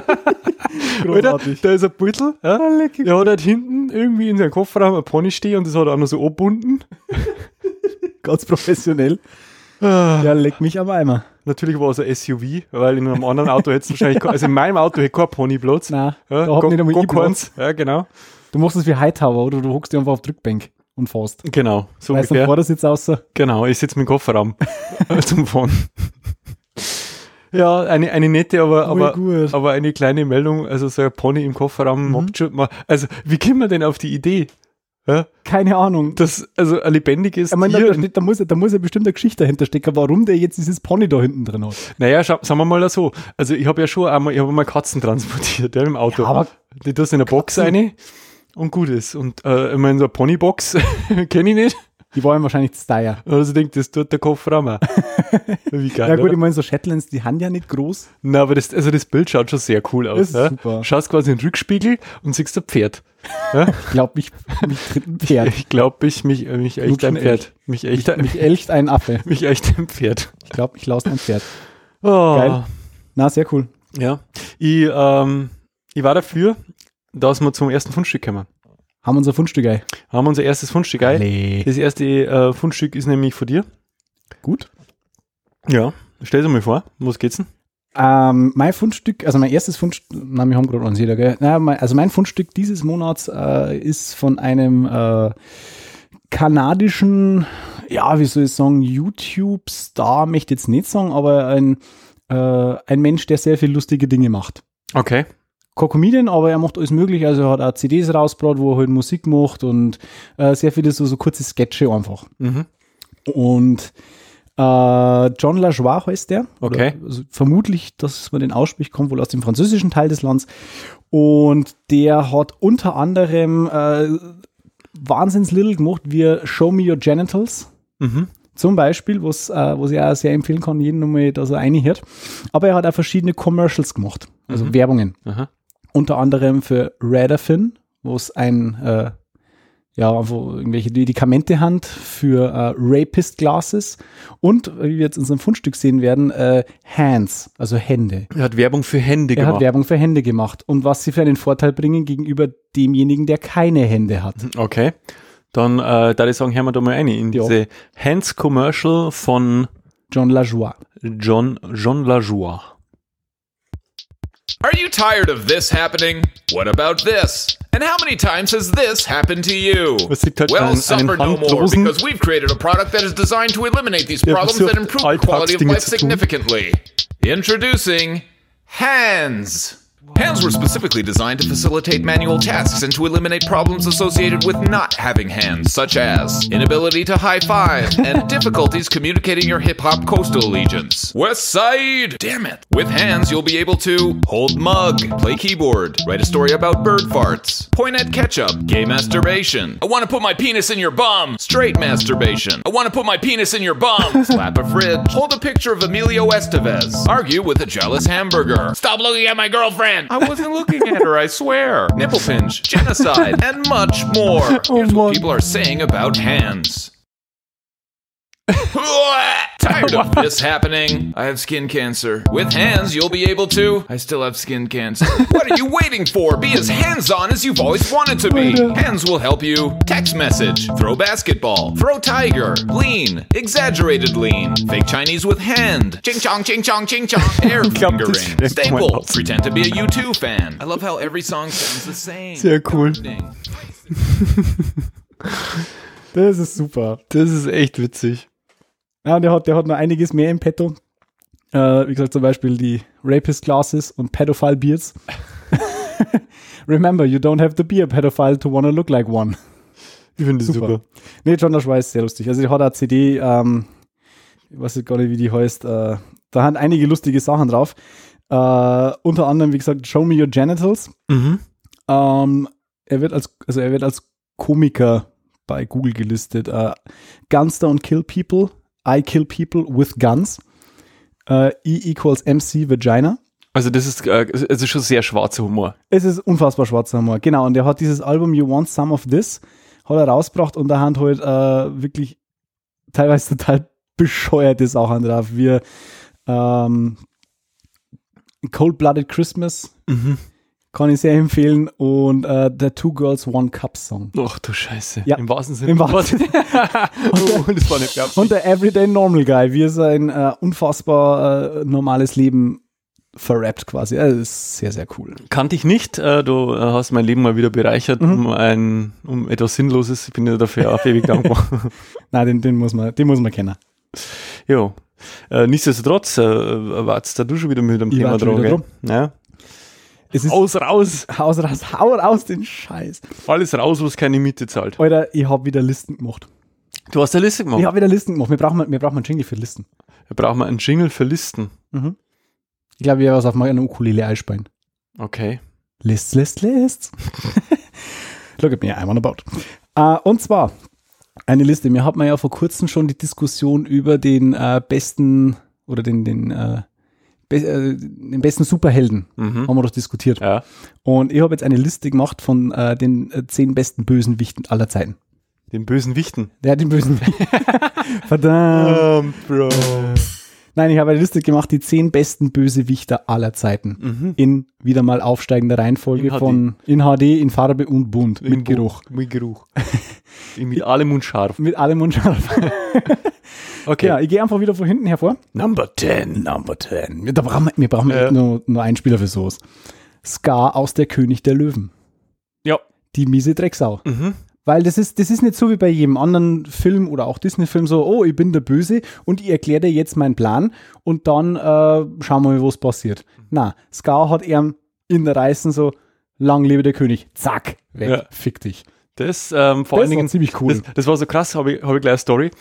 Oder? Da ist ein Beutel, ja? Der hat halt hinten irgendwie in seinem Kofferraum ein Pony stehen und das hat er auch noch so abgebunden. Ganz professionell. Ja, leck mich am Eimer. Natürlich war es ein SUV, weil in einem anderen Auto hätte es wahrscheinlich, also in meinem Auto hätte kein Pony Platz. Nein, Ja, da hat nicht einmal Go-Karts. Ja, genau. Du machst es wie Hightower, oder du hockst dir einfach auf die Rückbank und fährst. Genau, so Weißt du, ungefähr. dann Vordersitz außer. Genau, ich sitze mit dem Kofferraum zum Fahren. Ja, eine nette, gut. aber eine kleine Meldung, also so ein Pony im Kofferraum macht schon mal, also wie kommt man denn auf die Idee? Ja, Keine Ahnung. also ein lebendiges Ich meine, Tier. da muss ja bestimmt eine Geschichte dahinter stecken, warum der jetzt dieses Pony da hinten drin hat. Naja, sagen wir mal so, also ich habe ja schon einmal, ich habe mal Katzen transportiert, ja, im Auto. Ja, aber die tust in eine Box rein und gut ist. Und ich meine, so eine Ponybox kenne ich nicht. die waren wahrscheinlich zu teuer. Also ich denke, das tut der Kofferraum auch. Wie geil, Ja gut, oder? ich meine, so Shetlands, die haben ja nicht groß. Na, aber das Bild schaut schon sehr cool aus. Das ist ja? super. Schaust quasi in den Rückspiegel und siehst ein Pferd. Ja? Ich glaube, mich tritt ein Pferd. Ich glaube, mich echt Lutschen ein Pferd. Mich echt Mich elcht ein Affe. ein Pferd. Ich glaube, ich laus ein Pferd. Oh. Geil. Na, sehr cool. Ja. Ich war dafür, dass wir zum ersten Fundstück kommen. Haben unser Fundstück ein. Haben unser erstes Fundstück ein. Nee. Das erste Fundstück ist nämlich von dir. Gut. Ja. Stell dir mal vor, was geht's denn? Mein Fundstück, also mein erstes Fundstück, wir haben gerade eins jeder, gell? Also mein Fundstück dieses Monats ist von einem kanadischen, ja, wie soll ich sagen, YouTube-Star, möchte ich jetzt nicht sagen, aber ein Mensch, der sehr viel lustige Dinge macht. Okay. Kein Comedian, aber er macht alles mögliche, also er hat auch CDs rausgebracht, wo er halt Musik macht und sehr viele so kurze Sketche einfach. Mhm. Und John Lajoie heißt der. Okay. Oder, also vermutlich, dass man den ausspricht, kommt wohl aus dem französischen Teil des Landes. Und der hat unter anderem wahnsinns little gemacht, wie Show Me Your Genitals. Mhm. Zum Beispiel, was ich auch sehr empfehlen kann, jeden nochmal, dass er reinhört. Aber er hat auch verschiedene Commercials gemacht, also Werbungen. Aha. Unter anderem für Radafin, wo es ein wo irgendwelche Medikamente haben für Rapist Glasses und, wie wir jetzt in unserem Fundstück sehen werden, Hands, also Hände. Er hat Werbung für Hände Er gemacht. hat Werbung für Hände gemacht und was sie für einen Vorteil bringen gegenüber demjenigen, der keine Hände hat. Okay. Dann da ich sagen, hören wir da mal rein in Ja. diese Hands Commercial von John Lajoie. John Lajoie. Are you tired of this happening? What about this? And how many times has this happened to you? Es liegt halt Well, an suffer einem no more, Handlosen, because we've created a product that is designed to eliminate these der problems versucht, and improve the quality of Alltagsdinge life zu tun. significantly. Introducing Hands. Hands were specifically designed to facilitate manual tasks and to eliminate problems associated with not having hands, such as inability to high-five and difficulties communicating your hip-hop coastal allegiance. West Side! Damn it! With Hands, you'll be able to hold mug, play keyboard, write a story about bird farts, point at ketchup, gay masturbation. I want to put my penis in your bum. Straight masturbation. I want to put my penis in your bum. Slap a fridge. Hold a picture of Emilio Estevez. Argue with a jealous hamburger. Stop looking at my girlfriend. I wasn't looking at her, I swear. Nipple pinch, genocide, and much more. Here's what people are saying about Hands. Tired of this happening? I have skin cancer. With Hands, you'll be able to... I still have skin cancer. What are you waiting for? Be as hands-on as you've always wanted to be. Hands will help you text message, throw basketball, throw tiger, lean, exaggerated lean, fake Chinese with hand, ching chong, air fingering, staple, pretend to be a U2 fan. I love how every song sounds the same. Sehr cool. Das ist super. Das ist echt witzig. Ja, und der hat noch einiges mehr im Petto. Wie gesagt, zum Beispiel die Rapist Glasses und Pedophile Beards. Remember, you don't have to be a pedophile to wanna look like one. Ich finde das super. Nee, John der Schweiß, sehr lustig. Also, der hat eine CD, ich weiß jetzt gar nicht, wie die heißt. Da haben einige lustige Sachen drauf. Unter anderem, wie gesagt, Show Me Your Genitals. Mhm. Er wird als Komiker bei Google gelistet. Gunster und Kill People. I kill people with guns. E equals MC Vagina. Also das ist schon sehr schwarzer Humor. Es ist unfassbar schwarzer Humor. Genau, und er hat dieses Album You Want Some of This hat er rausgebracht und da haben halt wirklich teilweise total bescheuerte Sachen drauf, wie Cold-Blooded Christmas. Mhm. Kann ich sehr empfehlen. Und der Two Girls One Cup Song. Ach du Scheiße. Ja. Im wahrsten Sinne. Im wahrsten Sinne. Das war nicht ganz. Und der Everyday Normal Guy, wie er sein unfassbar normales Leben verrappt quasi. Das ist sehr, sehr cool. Kannte ich nicht. Du hast mein Leben mal wieder bereichert um etwas Sinnloses. Ich bin dir dafür auf ewig dankbar. Nein, den muss man kennen. Jo. Nichtsdestotrotz wartest du schon wieder mit dem Thema dran. Ja. Es ist raus. Hau raus den Scheiß. Alles raus, was keine Miete zahlt. Alter, ich habe wieder Listen gemacht. Du hast eine Liste gemacht? Ich habe wieder Listen gemacht. Wir brauchen einen Jingle für Listen. Wir brauchen einen Jingle für Listen. Mhm. Ich glaube, ich werde was auf meiner Ukulele einspielen. Okay. Lists. Look at me, I'm on a boat. Und zwar eine Liste. Wir hatten ja vor kurzem schon die Diskussion über den besten oder den besten Superhelden. Haben wir doch diskutiert. Ja. Und ich habe jetzt eine Liste gemacht von den 10 besten Bösenwichten aller Zeiten. Den bösen Wichten. Der hat den bösen Verdammt. Bro. Nein, ich habe eine Liste gemacht, die 10 besten Bösewichter aller Zeiten. In wieder mal aufsteigender Reihenfolge in HD, in Farbe und bunt. Mit Geruch. Mit Geruch. Mit allem und scharf. Mit allem und scharf. Okay. Ja, ich gehe einfach wieder von hinten hervor. Number 10. Wir brauchen echt nur einen Spieler für sowas. Scar aus Der König der Löwen. Ja. Die miese Drecksau. Mhm. Weil das ist nicht so wie bei jedem anderen Film oder auch Disney-Film so, oh, ich bin der Böse und ich erkläre dir jetzt meinen Plan und dann schauen wir mal, was passiert. Na, Scar hat ihm in der Reißen so, lang lebe der König, zack, weg, Ja. Fick dich. Das vor allen Dingen war ziemlich cool. Das war so krass, habe ich gleich eine Story.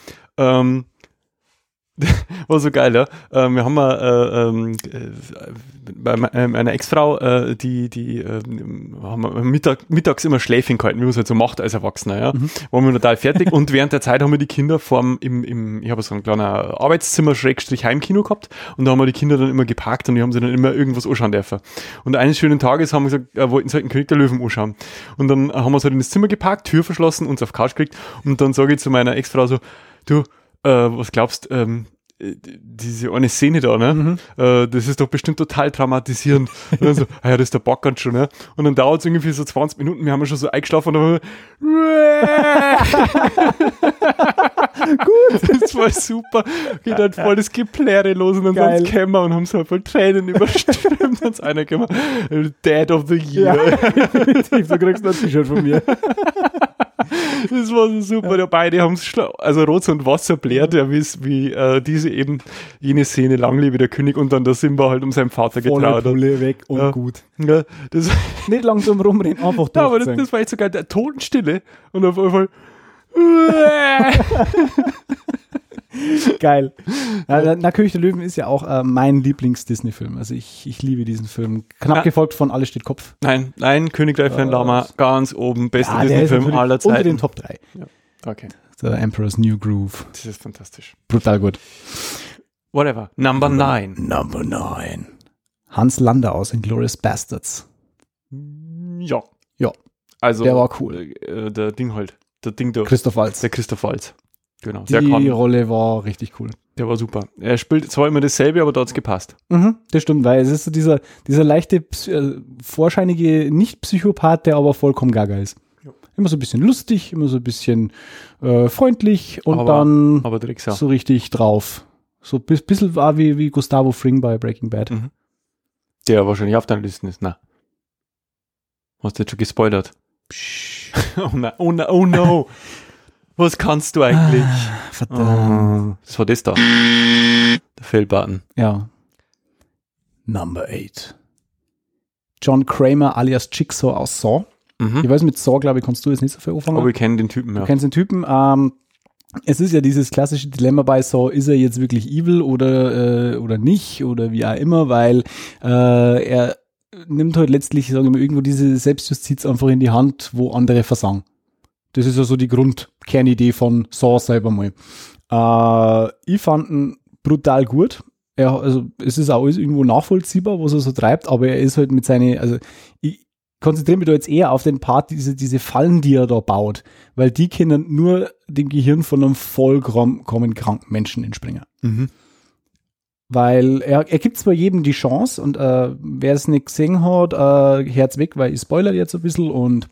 War so geil, ja. Wir haben bei meiner Ex-Frau, die haben wir mittags immer Schläfchen gehalten, wie man es halt so macht als Erwachsener, ja. Waren wir total fertig und während der Zeit haben wir die Kinder ich habe so ein kleiner Arbeitszimmer-Heimkino gehabt und da haben wir die Kinder dann immer geparkt und die haben sie dann immer irgendwas anschauen dürfen. Und eines schönen Tages haben wir gesagt, wollten sie halt den König der Löwen anschauen. Und dann haben wir es halt in das Zimmer geparkt, Tür verschlossen, uns auf die Couch gekriegt und dann sage ich zu meiner Ex-Frau so, du, was glaubst, diese eine Szene da, ne? Das ist doch bestimmt total traumatisierend. Und dann so, ja, das ist der Backern schon, ne? Und dann dauert es irgendwie so 20 Minuten, wir haben ja schon so eingeschlafen und dann gut, das war super. Geht halt voll das Geplärre los und dann sind sie gekommen und haben so halt voll Tränen überströmt. Dann ist einer gekommen, Dad of the Year. Ja, definitiv, du kriegst noch ein T-Shirt von mir. Das war so super. Ja, beide haben es also Rot und Wasser blärt, ja, wie diese eben jene Szene, Lang lebe der König, und dann der Simba halt um seinen Vater getraut hat. Weg und gut. Ja, das Nicht langsam rumrennen, einfach ja, aber durchziehen. das war echt sogar der Totenstille und auf einmal Geil. Na, König der Löwen ist ja auch mein Lieblings-Disney-Film. Also ich liebe diesen Film. Knapp gefolgt von Alles steht Kopf. Nein, Königreich von Lama, ganz oben, bester Disney-Film aller Zeiten. Unter den Top 3. Ja. Okay. The Emperor's New Groove. Das ist fantastisch. Brutal gut. Whatever. Number 9. Number 9. Hans Landa aus Inglourious Bastards. Ja. Ja. Also, der war cool. Der Ding halt. Der Ding da. Christoph Waltz. Der Christoph Waltz. Genau. Die Rolle war richtig cool. Der war super. Er spielt zwar immer dasselbe, aber da hat's gepasst. Das stimmt, weil es ist so dieser leichte, vorscheinige Nicht-Psychopath, der aber vollkommen gaga ist. Ja. Immer so ein bisschen lustig, immer so ein bisschen freundlich und aber so richtig drauf. So ein bisschen war wie Gustavo Fring bei Breaking Bad. Mhm. Der wahrscheinlich auf deiner Liste ist. Na. Hast du jetzt schon gespoilert? Oh no. Was kannst du eigentlich? Verdammt. Das war das da. Der Fail-Button. Ja. Number 8. John Kramer alias Jigsaw aus Saw. Mhm. Ich weiß, mit Saw, glaube ich, kannst du jetzt nicht so viel anfangen. Aber ich kenne den Typen, ja. Du kennst den Typen. Es ist ja dieses klassische Dilemma bei Saw, ist er jetzt wirklich evil oder nicht oder wie auch immer, weil er nimmt halt letztlich, sagen wir mal, irgendwo diese Selbstjustiz einfach in die Hand, wo andere versagen. Das ist ja so die Grundkernidee von Saw selber mal. Ich fand ihn brutal gut. Es ist auch alles irgendwo nachvollziehbar, was er so treibt, aber er ist halt mit ich konzentriere mich da jetzt eher auf den Part, diese Fallen, die er da baut, weil die können nur dem Gehirn von einem vollkommen kranken Menschen entspringen. Mhm. Weil er gibt zwar jedem die Chance und wer es nicht gesehen hat, Herz weg, weil ich spoilere jetzt ein bisschen und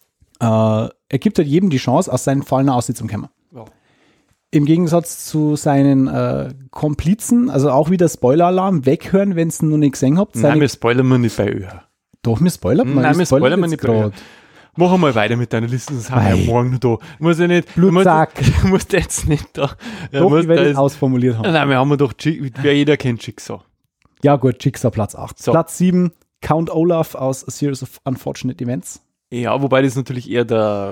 er gibt halt jedem die Chance, aus seinen Fallen auszukommen. Wow. Im Gegensatz zu seinen Komplizen, also auch wieder Spoiler-Alarm, weghören, wenn ihr es noch nicht gesehen habt. Nein, wir spoilern wir nicht bei Öhr. Doch, wir spoilern Nein, wir spoilern wir nicht bei Öhr. Mach mal weiter mit deiner Liste, sonst haben wir ja morgen noch da. Muss ja nicht. Blutsack. Du musst jetzt nicht da. Doch, ich werde es ausformuliert haben. Nein, wir haben doch, wer jeder kennt Jigsaw. Ja gut, Jigsaw Platz 8. So. Platz 7, Count Olaf aus A Series of Unfortunate Events. Ja, wobei das natürlich eher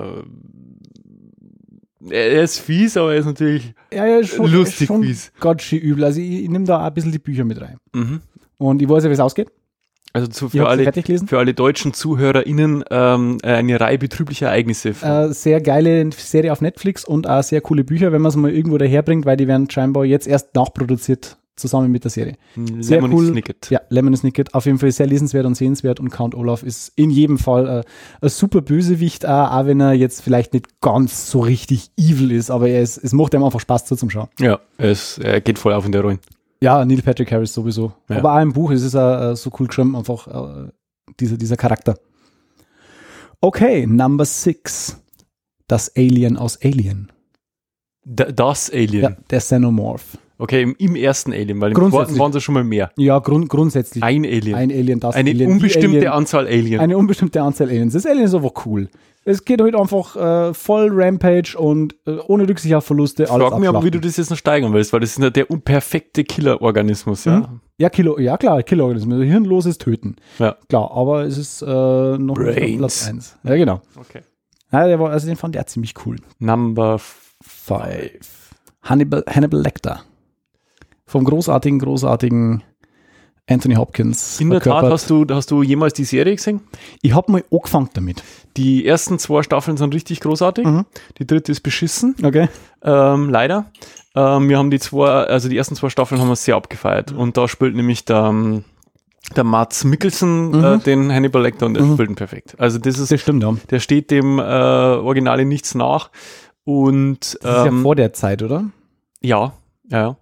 er ist fies, aber er ist natürlich lustig schon fies. Ganz schön übel. Also ich nehme da ein bisschen die Bücher mit rein. Mhm. Und ich weiß ja, wie es ausgeht. Also für alle deutschen ZuhörerInnen eine Reihe betrüblicher Ereignisse. Sehr geile Serie auf Netflix und auch sehr coole Bücher, wenn man es mal irgendwo daherbringt, weil die werden scheinbar jetzt erst nachproduziert zusammen mit der Serie. Sehr Lemon cool. Snicket. Ja, Lemon Snicket. Auf jeden Fall sehr lesenswert und sehenswert und Count Olaf ist in jedem Fall ein super Bösewicht, auch wenn er jetzt vielleicht nicht ganz so richtig evil ist, aber es macht ihm einfach Spaß zuzuschauen. Ja, er geht voll auf in der Rolle. Ja, Neil Patrick Harris sowieso. Ja. Aber auch im Buch ist es so cool geschrieben, einfach dieser Charakter. Okay, Number 6. Das Alien aus Alien. Das Alien? Ja, der Xenomorph. Okay, im ersten Alien, weil im zweiten waren es schon mal mehr. Ja, grundsätzlich. Ein Alien. Ein Alien, das Eine Alien. unbestimmte Anzahl Alien. Eine unbestimmte Anzahl Aliens. Das Alien ist aber cool. Es geht halt einfach voll Rampage und ohne Rücksicht auf Verluste. Frag mich aber, wie du das jetzt noch steigern willst, weil das ist ja der perfekte Killerorganismus. Ja? Ja, klar, Killerorganismus. Hirnloses Töten. Ja. Klar, aber es ist noch Platz 1. Ja, genau. Okay. Ja, den fand er ziemlich cool. Number 5. Hannibal Lecter. Vom großartigen Anthony Hopkins. In der Tat, hast du jemals die Serie gesehen? Ich habe mal angefangen damit. Die ersten 2 Staffeln sind richtig großartig. Mhm. Die dritte ist beschissen. Okay. Leider. Wir haben die ersten 2 Staffeln haben wir sehr abgefeiert. Und da spielt nämlich der Mads Mikkelsen den Hannibal Lecter und der spielt ihn perfekt. Also das stimmt, ja. Der steht dem Original in nichts nach. Und das ist ja vor der Zeit, oder? Ja.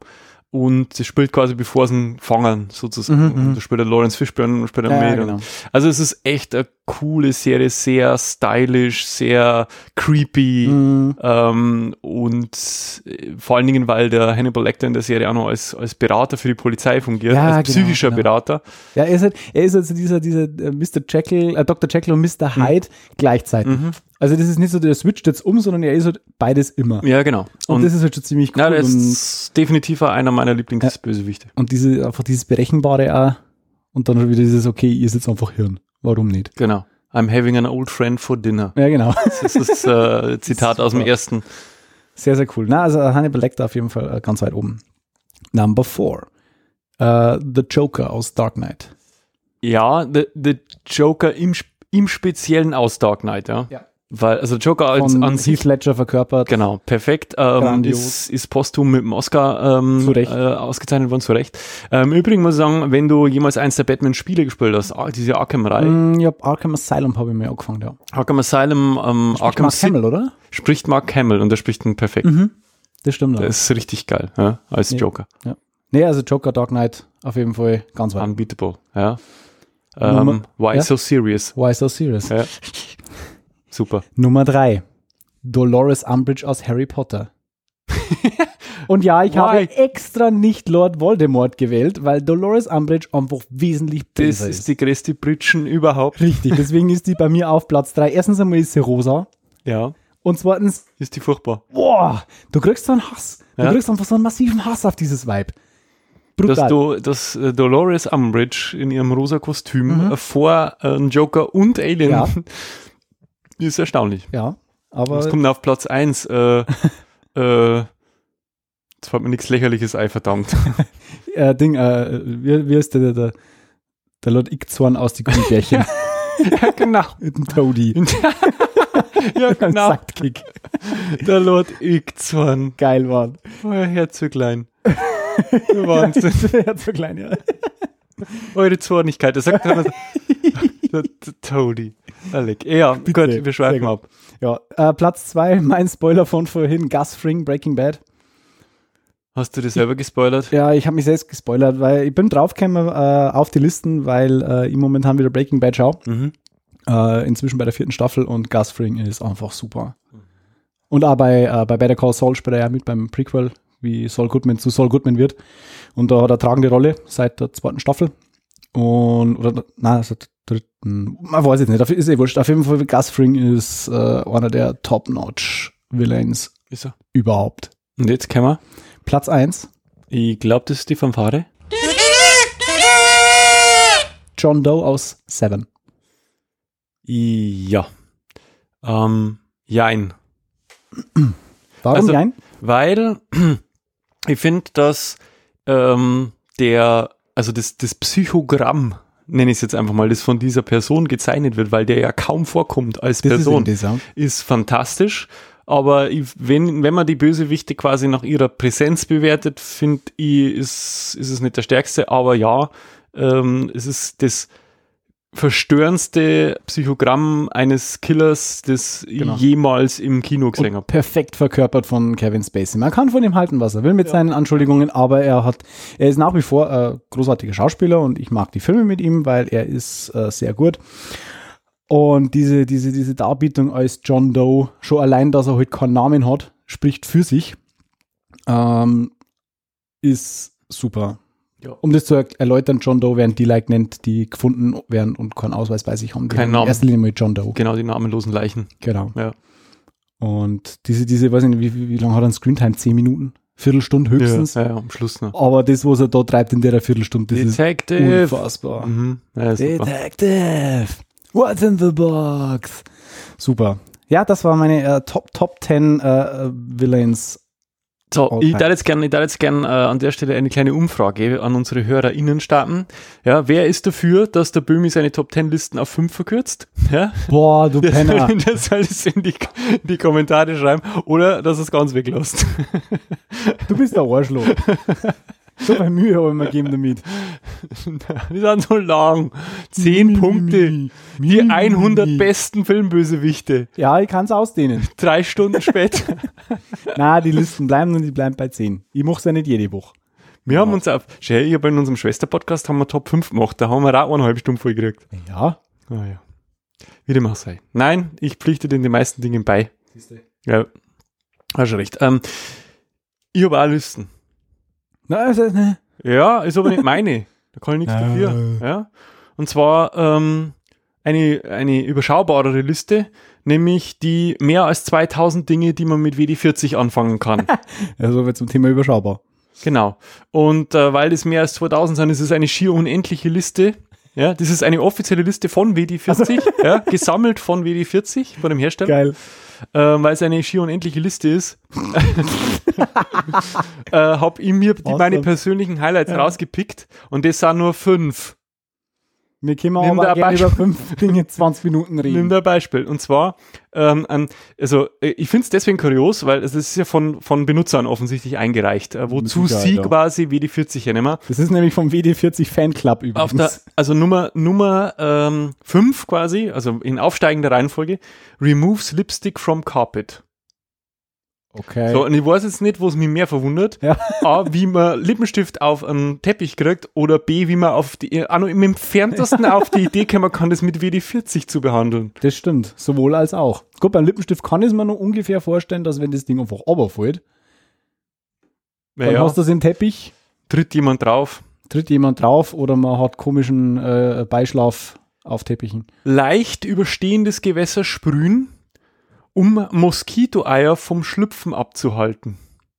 und das spielt quasi bevor sie ihn fangen, sozusagen. Und da spielt der Lawrence Fishburne, spielt er mit. genau. Also es ist echt eine coole Serie, sehr stylisch, sehr creepy und vor allen Dingen, weil der Hannibal Lecter in der Serie auch noch als Berater für die Polizei fungiert, Ja, als psychischer genau. Berater. Ja, er ist also dieser Mr. Jekyll, Dr. Jekyll und Mr. Hyde gleichzeitig. Also das ist nicht so, der switcht jetzt sondern er ist halt beides immer. Ja, genau. Und das ist halt schon ziemlich cool. Ja, das ist definitiv auch einer meiner Lieblingsbösewichte. Und einfach dieses Berechenbare auch. Und dann wieder dieses, okay, ihr sitzt einfach Hirn. Warum nicht? Genau. I'm having an old friend for dinner. Ja, genau. Das ist das Zitat aus dem ersten. Sehr, sehr cool. Na, also Hannibal Lecter auf jeden Fall ganz weit oben. Number 4. The Joker aus Dark Knight. Ja, the Joker im Speziellen aus Dark Knight, ja. Weil, also Joker Von an sich, Heath Ledger verkörpert. genau, perfekt, ist posthum mit dem Oscar Zu Recht. ausgezeichnet worden, zu Recht. Im Übrigen muss ich sagen, wenn du jemals eins der Batman-Spiele gespielt hast, diese Arkham-Reihe, Ich hab Arkham Asylum habe ich mir angefangen, ja. Arkham Asylum, Arkham Mark Hamill, oder? spricht Mark Hamill und der spricht ihn perfekt. Das stimmt. Der ist richtig geil, ja, als Joker. Ja. Nee, also Joker, Dark Knight auf jeden Fall ganz weit. Unbeatable, ja. Nummer- Why ja? so serious? Why so serious? Ja. Super. Nummer 3. Dolores Umbridge aus Harry Potter. Und ja, ich habe extra nicht Lord Voldemort gewählt, weil Dolores Umbridge einfach wesentlich Das besser ist die größte Britschen überhaupt. Richtig, deswegen ist die bei mir auf Platz 3. Erstens einmal ist sie rosa. Ja, Und zweitens, ist die furchtbar. boah, du kriegst so einen Hass. Du Ja. kriegst einfach so einen massiven Hass auf dieses Vibe. Brutal. Dass Dolores Umbridge in ihrem rosa Kostüm vor Joker und Alien Ja. ist erstaunlich. Ja, aber Was kommt denn auf Platz 1? Jetzt fällt mir nichts Lächerliches ein, verdammt. wie ist der Lord Ickzorn aus die Gummibärchen? Ja, genau. Mit dem Toadie. Ja, genau. Sidekick. Der Lord Ickzorn. Geil, Mann. Euer Herzöglein. Wahnsinn. Ja, so klein, ja. Eure Zornigkeit. Das sagt er. Der Toadie. Alec. Ja, gut, wir schweifen sehr ab. Ja, Platz 2, mein Spoiler von vorhin, Gus Fring, Breaking Bad. Hast du das selber gespoilert? Ja, ich habe mich selbst gespoilert, weil ich bin draufgekommen auf die Listen, weil ich momentan wieder Breaking Bad schaue. Inzwischen bei der 4. Staffel und Gus Fring ist einfach super. Und auch bei Better Call Saul spielt er ja mit beim Prequel, wie Saul Goodman zu Saul Goodman wird. Und da hat er eine tragende Rolle seit der 2. Staffel. Seit der 3. Man weiß es nicht, ist wurscht. Auf jeden Fall, Gus Fring ist einer der Top-Notch-Villains Ist er. überhaupt. Und jetzt können wir. Platz 1, Ich glaube, das ist die Fanfare. John Doe aus Seven. Ja. Jein. Warum Also- nein? Weil ich finde, dass das Psychogramm, nenne ich es jetzt einfach mal, das von dieser Person gezeichnet wird, weil der ja kaum vorkommt als Person, ist fantastisch. Aber wenn man die Bösewichte quasi nach ihrer Präsenz bewertet, finde ich, ist es nicht der stärkste. Aber ja, es ist das verstörendste Psychogramm eines Killers, das ich jemals im Kino gesehen habe. Perfekt verkörpert von Kevin Spacey. Man kann von ihm halten, was er will mit seinen Anschuldigungen, aber er ist nach wie vor ein großartiger Schauspieler und ich mag die Filme mit ihm, weil er ist sehr gut. Und diese Darbietung als John Doe, schon allein, dass er halt keinen Namen hat, spricht für sich, ist super. Ja. Um das zu erläutern, John Doe werden die nennt, die gefunden werden und keinen Ausweis bei sich haben. Die Kein haben Namen. In erster Linie mal John Doe. Genau, die namenlosen Leichen. Genau. Ja. Und diese weiß ich nicht, wie lange hat er ein Screentime? 10 Minuten? Viertelstunde höchstens? Ja, am Schluss noch. Aber das, was er da treibt in der Viertelstunde, das Detective. ist unfassbar. Ja, super. Detective! What's in the box? Super. Ja, das war meine Top 10 Villains. So, ich darf jetzt gern an der Stelle eine kleine Umfrage an unsere HörerInnen starten. Ja, wer ist dafür, dass der Böhmi seine Top 10 Listen auf 5 verkürzt? Ja? Boah, du Penner. Das soll es in die Kommentare schreiben oder dass es ganz weglässt. Du bist der Arschloch. So viel Mühe habe ich mir gegeben damit. Die sind so lang. 10 Punkte. Die 100 besten Filmbösewichte. Ja, ich kann es ausdehnen. 3 Stunden später. Na, die Listen bleiben und die bleiben bei 10. Ich mache es ja nicht jede Woche. Wir haben uns ich habe in unserem Schwester-Podcast haben wir Top 5 gemacht, da haben wir auch 1,5 Stunden voll gekriegt. Ja. Ah ja. Wie dem auch sei. Nein, ich pflichte den meisten Dingen bei. Ja, hast schon recht. Ich habe auch Listen. Ja, ist aber nicht meine. Da kann ich nichts dafür. Ja. Und zwar eine überschaubarere Liste, nämlich die mehr als 2000 Dinge, die man mit WD40 anfangen kann. Also wird zum Thema überschaubar. Genau. Und weil es mehr als 2000 sind, ist es eine schier unendliche Liste. Ja, das ist eine offizielle Liste von WD40, ja, gesammelt von WD40, von dem Hersteller. Geil. Weil es eine schier unendliche Liste ist, habe ich mir meine persönlichen Highlights rausgepickt und das sind nur 5. Wir können aber gerne über 5 Dinge 20 Minuten reden. Nimm da ein Beispiel. Und zwar, ich finde es deswegen kurios, weil es ist ja von Benutzern offensichtlich eingereicht, wozu sie quasi WD40 hernehmen. Das ist nämlich vom WD40 Fanclub übrigens. Nummer 5 quasi, also in aufsteigender Reihenfolge, removes Lipstick from carpet. Okay. So, und ich weiß jetzt nicht, wo es mich mehr verwundert. Ja. A, wie man Lippenstift auf einen Teppich kriegt oder B, wie man im entferntesten auf die Idee kommen kann, das mit WD40 zu behandeln. Das stimmt, sowohl als auch. Gut, beim Lippenstift kann ich es mir noch ungefähr vorstellen, dass wenn das Ding einfach runterfällt, dann hast du das im Teppich. Tritt jemand drauf Oder man hat komischen Beischlaf auf Teppichen. Leicht überstehendes Gewässer sprühen, um Moskitoeier vom Schlüpfen abzuhalten.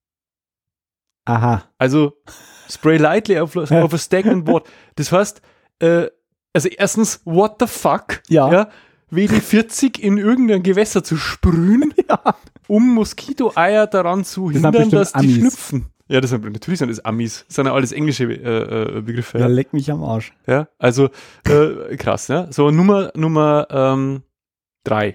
Aha. Also spray lightly over a stagnant water. Das heißt, also erstens, what the fuck? Ja. WD40 in irgendein Gewässer zu sprühen, um Moskitoeier daran zu hindern, dass die schlüpfen. Ja, natürlich sind das Amis. Das sind ja alles englische Begriffe. Ja, leck mich am Arsch. Ja, also krass, ja. So, Nummer 3.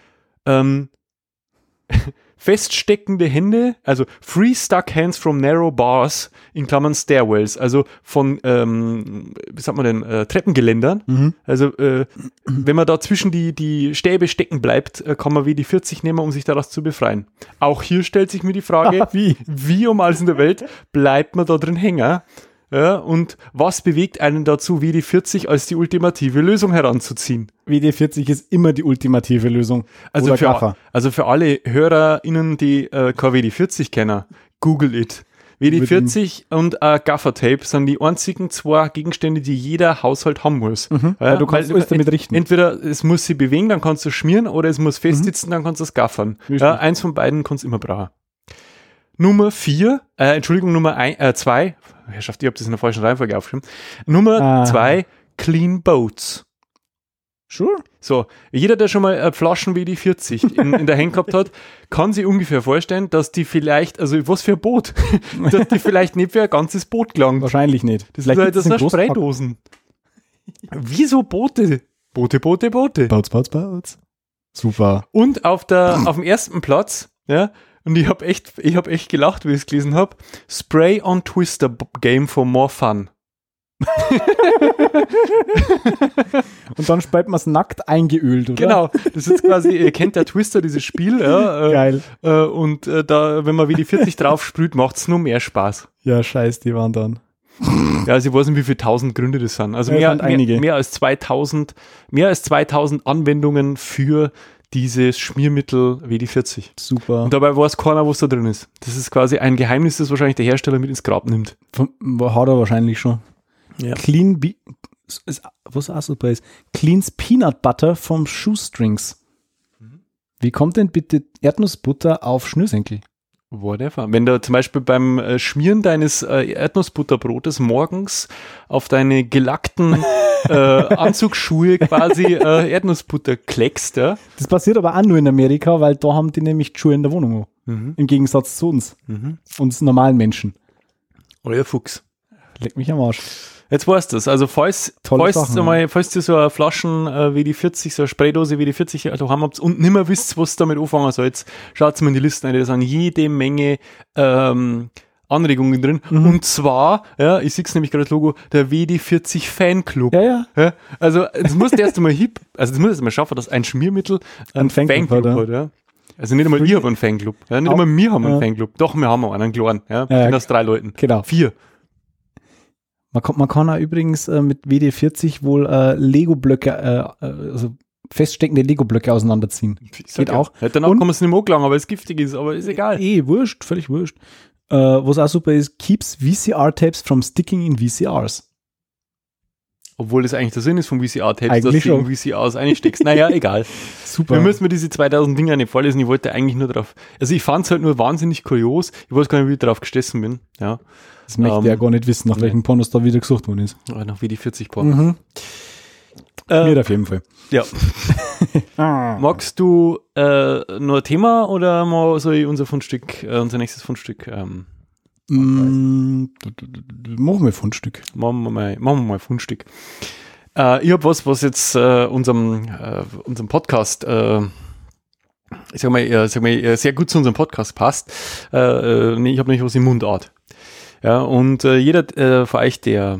Feststeckende Hände, also free stuck hands from narrow bars, in Klammern Stairwells, also von, wie sagt man denn, Treppengeländern. Mhm. Also, wenn man da zwischen die Stäbe stecken bleibt, kann man WD40 nehmen, um sich daraus zu befreien. Auch hier stellt sich mir die Frage, wie um alles in der Welt bleibt man da drin hängen? Ja, und was bewegt einen dazu, WD40 als die ultimative Lösung heranzuziehen? WD40 ist immer die ultimative Lösung. Also für alle HörerInnen, die kein WD40 kennen, Google it. WD40 und Gaffer-Tape sind die einzigen 2 Gegenstände, die jeder Haushalt haben muss. Mhm. Ja, du kannst alles damit richten. Entweder es muss sich bewegen, dann kannst du schmieren, oder es muss festsitzen, dann kannst du es gaffern. Ja, eins von beiden kannst du immer brauchen. Nummer 2, Herrschaft, ich habe das in der falschen Reihenfolge aufgeschrieben. Nummer 2, Clean Boats. Sure. So, jeder, der schon mal Flaschen WD40 in der Hand gehabt hat, kann sich ungefähr vorstellen, dass die vielleicht, also was für ein Boot, dass die vielleicht nicht für ein ganzes Boot gelangt. Wahrscheinlich nicht. Das sind Spraydosen. Wieso Boote? Boote. Boats. Super. Und auf dem ersten Platz, ja, und ich hab echt gelacht, wie ich es gelesen habe. Spray on Twister Game for more fun. Und dann spaltet man es nackt eingeölt, oder? Genau, das ist quasi, ihr kennt der Twister, dieses Spiel. Ja, geil. Und da, wenn man WD40 drauf sprüht, macht es nur mehr Spaß. Ja, scheiß, die waren dann. Ja, also ich weiß nicht, wie viele 1000 Gründe das sind. Also mehr als 2000 Anwendungen für dieses Schmiermittel WD40. Super. Und dabei weiß keiner, was da drin ist. Das ist quasi ein Geheimnis, das wahrscheinlich der Hersteller mit ins Grab nimmt. Hat er wahrscheinlich schon. Ja. Was auch super ist, Cleans Peanut Butter vom Shoestrings. Wie kommt denn bitte Erdnussbutter auf Schnürsenkel? Whatever. Wenn du zum Beispiel beim Schmieren deines Erdnussbutterbrotes morgens auf deine gelackten Anzugsschuhe quasi Erdnussbutter kleckst, ja? Das passiert aber auch nur in Amerika, weil da haben die nämlich die Schuhe in der Wohnung. Mhm. Im Gegensatz zu uns. Mhm. Uns normalen Menschen. Euer Fuchs. Leck mich am Arsch. Jetzt weißt du es. Also falls ihr so eine Flaschen WD40, so eine Spraydose WD40 also haben habt und nicht mehr wisst, was damit anfangen soll, schaut mal in die Listen ein. Da sind jede Menge Anregungen drin. Mhm. Und zwar, ja, ich sehe es nämlich gerade das Logo, der WD40 Fanclub. Ja. Also das muss erst einmal schaffen, dass ein Schmiermittel einen Fanclub hat. Ja. Also nicht einmal ich habe einen Fanclub. Ja. Nicht einmal wir haben einen Fanclub. Doch, wir haben auch einen kleinen. Ja. Das 3 Leuten. Genau. 4. Man kann auch übrigens mit WD-40 wohl Lego-Blöcke, also feststeckende Lego-Blöcke auseinanderziehen. Geht auch. Ja, danach kann man es nicht mehr angelangen, weil es giftig ist, aber ist egal. Wurscht, völlig wurscht. Was auch super ist, keeps VCR-Tapes from sticking in VCRs. Obwohl das eigentlich der Sinn ist vom VCR-Tapes, dass Eigentlich du in schon. VCRs einsteckst. Naja, egal. Super. Wir müssen mir diese 2000 Dinger nicht vorlesen. Ich wollte eigentlich nur drauf. Also ich fand es halt nur wahnsinnig kurios. Ich weiß gar nicht, wie ich drauf gestoßen bin. Ja. Das möchte ich ja gar nicht wissen, nach welchen Pornos da wieder gesucht worden ist. Nach WD-40 Pornos. Mir auf jeden Fall. Ja. Magst du nur ein Thema oder mal soll ich unser nächstes Fundstück Machen wir Fundstück. machen wir mal ein Fundstück. Ich habe was jetzt unserem Podcast ich sag mal, sehr gut zu unserem Podcast passt. Ich habe nämlich was im Mundart. Ja, und jeder von euch, der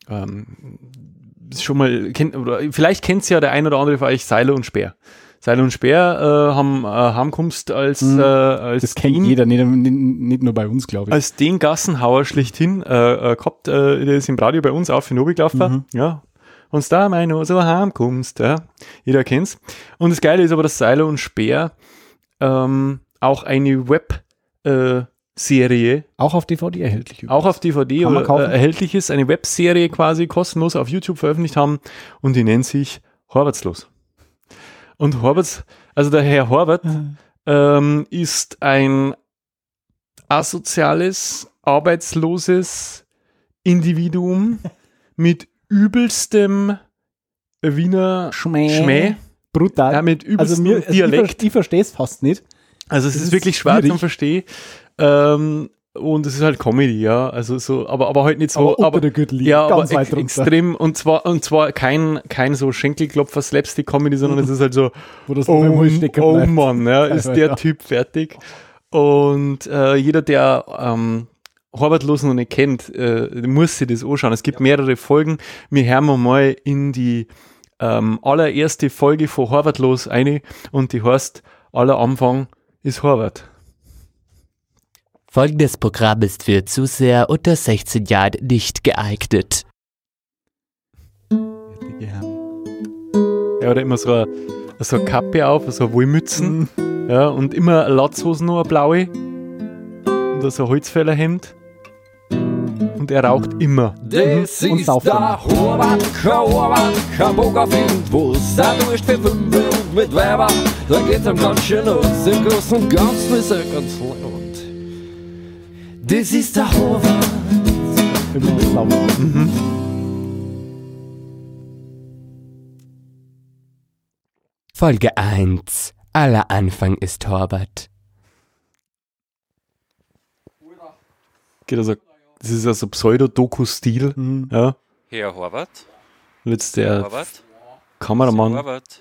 schon mal kennt, oder vielleicht kennt es ja der ein oder andere von euch Seiler und Speer. Seiler und Speer haben Heimkunft als Das kennt jeder, nicht nur bei uns, glaube ich. als den Gassenhauer schlechthin gehabt, der ist im Radio bei uns auf in gelaufen. Ja. Und da meine so heimkommst, ja. Jeder kennt's. Und das Geile ist aber, dass Seiler und Speer auch eine Webserie Auch auf DVD erhältlich. auch auf DVD Kann man oder kaufen. erhältlich ist, eine Webserie quasi kostenlos auf YouTube veröffentlicht haben und die nennt sich Horvatslos. Und der Herr Horvath ist ein asoziales, arbeitsloses Individuum mit übelstem Wiener Schmäh. Brutal. Ja, mit übelstem Dialekt. Ich verstehe es fast nicht. Also es Das ist ist wirklich schwer schwierig. zu verstehen. Und es ist halt Comedy, ja. Also so, aber halt nicht so. Aber unter der Gürtellinie, ja, ganz aber weit runter. extrem. Und zwar kein so Schenkelklopfer Slapstick-Comedy, sondern es ist halt so, Wo das noch beim Hals stecken oh bleibt. Mann, ja, ist der Ja. Typ fertig. Und jeder, der Horvathlos noch nicht kennt, muss sich das anschauen. Es gibt mehrere Folgen. Wir hören mal in die allererste Folge von Horvathlos eine und die heißt, aller Anfang ist Horvath. Folgendes Programm ist für Zuseher unter 16 Jahren nicht geeignet. Ja, oder immer so eine Kappe auf, so eine Wollmützen, ja, und immer eine Latzhosen noch, eine blaue und so ein Holzfällerhemd und er raucht immer. Das Und ist sauft der Horvath, kein Bock auf irgendwas. Er duscht für 5 und mit Weiber, da geht's ihm ganz schön los. Im Großen und Ganzen ist er ganz laut. Das ist der Horvath. Immer sauber. Folge 1. Aller Anfang ist Horvath. Geht also, das ist also Pseudo-Doku-Stil, ja. Herr Horvath. Und jetzt der Horvath. Kameramann Horvath.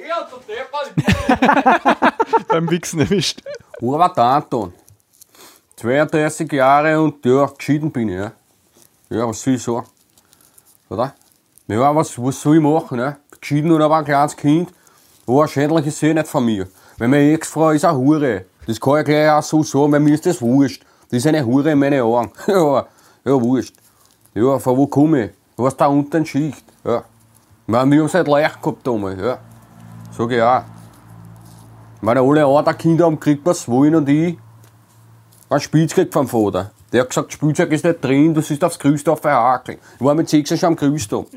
beim Wichsen erwischt. Horvath Anton. 32 Jahre und ja, geschieden bin ich. Ja, ja, was soll ich sagen? Oder? Ja, was soll ich machen? Ne? Geschieden und aber ein kleines Kind. Oh, ein schädliches ist nicht von mir. Wenn meine Ex-Frau ist eine Hure. Das kann ich gleich auch so sagen, weil mir ist das wurscht. Das ist eine Hure in meinen Augen. Ja, wurscht. Ja, von wo komme ich? Was da unten in Schicht? Ja. Ich meine, wir haben es halt leicht gehabt damals. Ja. Sag ich auch. Ich meine, alle anderen Kinder haben gekriegt, was sie wollen und ich ein Spielzeug vom Vater. Der hat gesagt, Spielzeug ist nicht drin, du sollst aufs Grüßdorf verhakeln. Ich war mit 6 schon am Grüßdorf.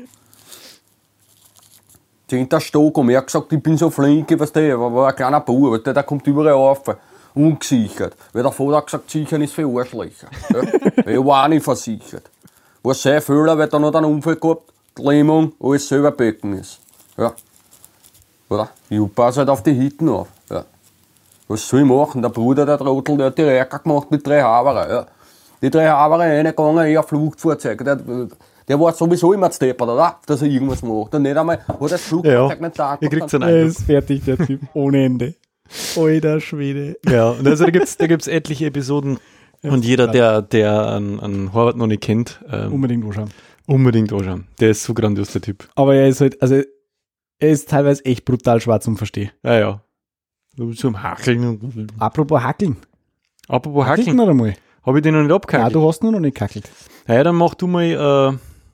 10. Stock und er hat gesagt, ich bin so flink, was der war ein kleiner Bub, der kommt überall rauf, ungesichert. Weil der Vater hat gesagt, sichern ist für Arschlöcher. Ja? Ich war auch nicht versichert. War sein Fehler, weil er noch einen Unfall gehabt, die Lähmung, alles selber becken ist. Ja. Oder? Ich passe halt auf die Hitten auf. Ja. Was soll ich machen? Der Bruder, der Trottel, der hat die Räcker gemacht mit 3 Haberer. Ja. Die 3 Haberer reingegangen, eher Fluchtfahrzeug. Der war sowieso immer steppert, oder? Dass er irgendwas macht. Und nicht einmal hat das Flugzeug nicht da. Ihr kriegt so einen Er Eindruck. ist fertig, der Typ. Ohne Ende. Alter Schwede. Ja, und also da gibt's etliche Episoden und jeder, der einen Horvath noch nicht kennt, Unbedingt anschauen. unbedingt anschauen. Der ist so grandios, der Typ. Aber er ist halt, also er ist teilweise echt brutal schwer zum Verstehen. Ja. Zum Hackeln. Apropos Hackeln. Apropos Hackeln Hackeln, noch einmal. habe ich den noch nicht Nein, abgehackelt. du hast nur noch nicht gehackelt. Naja, dann mach du mal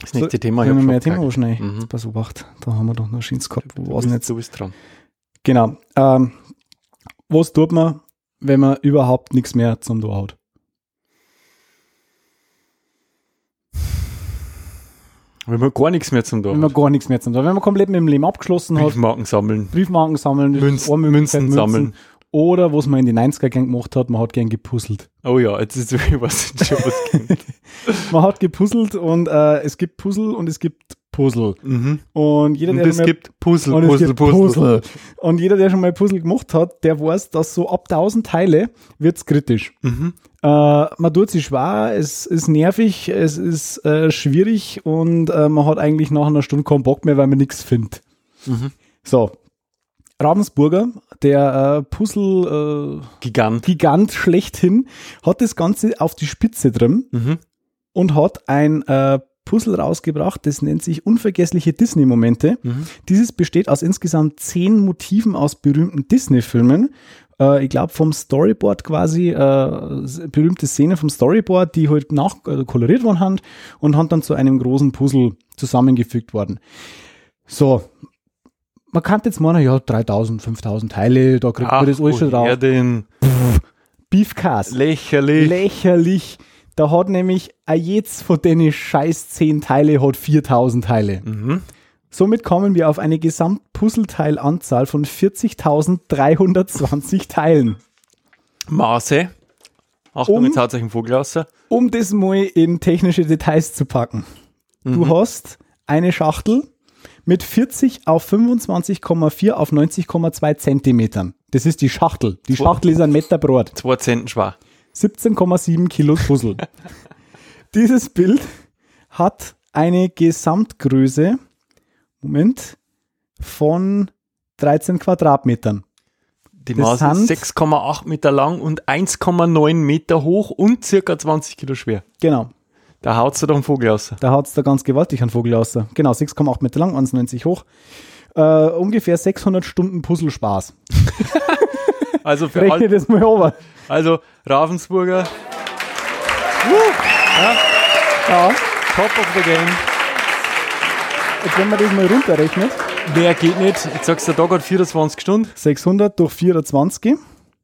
Das nächste Thema, Können wir mehr hab schon Thema schnell? Mhm. Pass obacht, da haben wir doch noch Schins gehabt. Wo war's denn jetzt? Du bist dran. Genau. Was tut man, wenn man überhaupt nichts mehr zum Tor hat? Wenn man gar nichts mehr zum Wenn Tag man gar nichts mehr zum Tor hat. Wenn man komplett mit dem Leben abgeschlossen hat, Briefmarken sammeln, Briefmarken sammeln, das ist eine Möglichkeit, Münzen sammeln. Oder was man in den 90er gern gemacht hat, man hat gern gepuzzelt. Oh ja, jetzt ist was schon was kennt. Man hat gepuzzelt und es gibt Puzzle und es gibt Puzzle. Mhm. Und jeder, Und der es schon mal gibt Puzzle, und es Puzzle, gibt Puzzle. Und jeder, der schon mal Puzzle gemacht hat, der weiß, dass so ab 1000 Teile wird's kritisch. Mhm. Man tut sich schwer, es ist nervig, es ist schwierig und man hat eigentlich nach einer Stunde keinen Bock mehr, weil man nichts findet. Mhm. So, Ravensburger, der Puzzle-Gigant Gigant. schlechthin, hat das Ganze auf die Spitze drin Mhm. und hat ein Puzzle rausgebracht, das nennt sich Unvergessliche Disney-Momente. Mhm. Dieses besteht aus insgesamt 10 Motiven aus berühmten Disney-Filmen. Ich glaube vom Storyboard quasi, berühmte Szenen vom Storyboard, die halt koloriert worden haben und haben dann zu einem großen Puzzle zusammengefügt worden. So, man kann jetzt meinen, ja, 3000, 5000 Teile, da kriegt man das alles schon drauf. Den Beefcast. lächerlich. Lächerlich. Da hat nämlich jetzt von den scheiß 10 Teile hat 4000 Teile. Mhm. Somit kommen wir auf eine Gesamtpuzzleteilanzahl von 40.320 Teilen. Maße. Achtung, Um- jetzt haut euch ein Vogel raus. Um das mal in technische Details zu packen. Du hast eine Schachtel mit 40 auf 25,4 auf 90,2 Zentimetern. Das ist die Schachtel. Die Schachtel ist ein Meter breit. 2 Zenten schwer. 17,7 Kilo Puzzle. Dieses Bild hat eine Gesamtgröße, von 13 Quadratmetern. Die Das Maße ist sind- 6,8 Meter lang und 1,9 Meter hoch und circa 20 Kilo schwer. Genau, Da haut da doch ein Vogel raus. da hat es da ganz gewaltig einen Vogel raus. Genau, 6,8 Meter lang, 1,90 hoch. Ungefähr 600 Stunden Puzzlespaß. Also für Rechne das mal over. also Ravensburger, Ja, top of the game. jetzt wenn man das mal runterrechnet, Mehr geht nicht. Jetzt sagst du, der Tag hat 24 Stunden, 600 durch 24,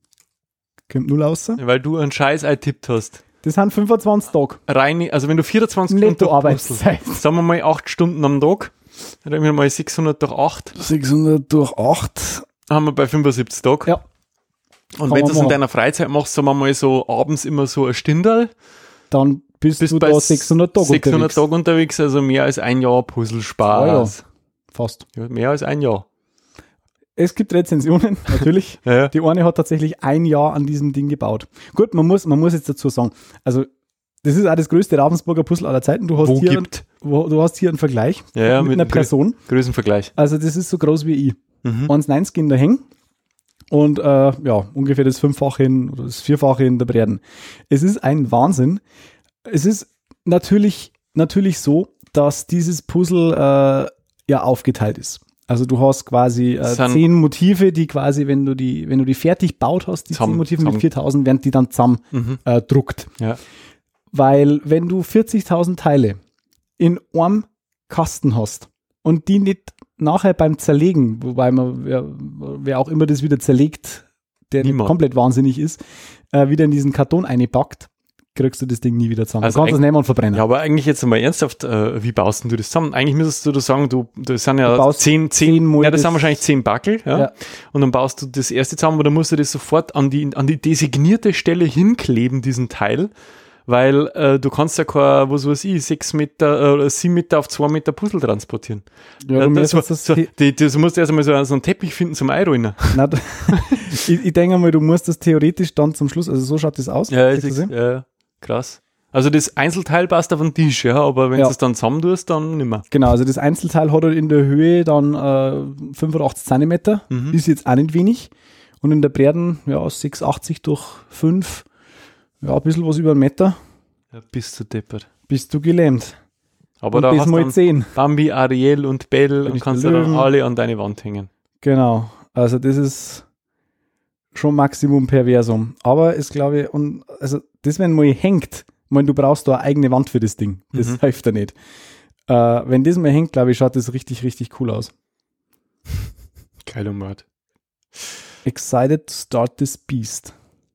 kommt 0 raus. weil du einen Scheiß eingetippt hast. Das sind 25 Tage. Rein, also wenn du 24 Stunden Netto-Arbeitszeit. durchpustelst, sagen wir mal 8 Stunden am Tag, dann rechnen wir mal 600 durch 8, 600 durch 8. haben wir bei 75 Tagen. Ja. Und Kann wenn man du es in machen. deiner Freizeit machst, sagen wir mal so abends immer so ein Stündel, Dann bist bist du bei da 600 Tage 600 unterwegs. Tage unterwegs, also mehr als ein Jahr Puzzlespaß. Fast. Ja, mehr als ein Jahr. Es gibt Rezensionen, natürlich. Ja. Die eine hat tatsächlich ein Jahr an diesem Ding gebaut. Gut, man muss jetzt dazu sagen, also das ist auch das größte Ravensburger Puzzle aller Zeiten. Du hast, du hast hier einen Vergleich Ja, mit einer einem Person. Größenvergleich. Also das ist so groß wie ich. Mhm. 1,90 in der Hängen und ungefähr das 5-fache oder das 4-fache in der Breiten. Es ist ein Wahnsinn. Es ist natürlich so, dass dieses Puzzle aufgeteilt ist. Also du hast quasi Sind- 10 Motive, die quasi, wenn du die fertig gebaut hast, die 10 Motive mit 4000, werden die dann zusammen druckt. Ja. Weil wenn du 40.000 Teile in einem Kasten hast und die nicht nachher beim Zerlegen, wobei man, wer auch immer das wieder zerlegt, der nicht Niemand. komplett wahnsinnig ist, wieder in diesen Karton einpackt, kriegst du das Ding nie wieder zusammen. Also du kannst es eig- nehmen und verbrennen. Ja, aber eigentlich jetzt mal ernsthaft, wie baust denn du das zusammen? Eigentlich müsstest du sagen, das sind Du ja baust 10 Mal ja, das das- sind wahrscheinlich 10 Backel, ja? Ja. Und dann baust du das erste zusammen, aber dann musst du das sofort an die designierte Stelle hinkleben, diesen Teil, weil du kannst ja kein, was weiß ich, 6 Meter oder 7 Meter auf 2 Meter Puzzle transportieren. Ja, du das, musst das- du musst erst einmal so einen Teppich finden zum Einrollen. Nein, ich denke mal, du musst das theoretisch dann zum Schluss, also so schaut das aus. Ja, Siehst du das? ja, krass. Also das Einzelteil passt auf den Tisch, ja, aber wenn Ja. du es dann zusammen tust, dann nicht mehr. Genau, also das Einzelteil hat halt in der Höhe dann 85 Zentimeter, ist jetzt auch nicht wenig. Und in der Breiten, 680 durch 5, ein bisschen was über einen Meter, Ja, bist du deppert. bist du gelähmt. Aber und da das hast mal dann 10. Bambi, Ariel und Belle und ich kannst der du dann Löwen. alle an deine Wand hängen. Genau, also das ist schon Maximum Perversum. Aber ist, glaube ich, und also das, wenn mal hängt, ich meine, du brauchst da eine eigene Wand für das Ding. Das hilft da nicht. Wenn das mal hängt, glaube ich, schaut das richtig, richtig cool aus. Geiler Mord. Excited to start this beast.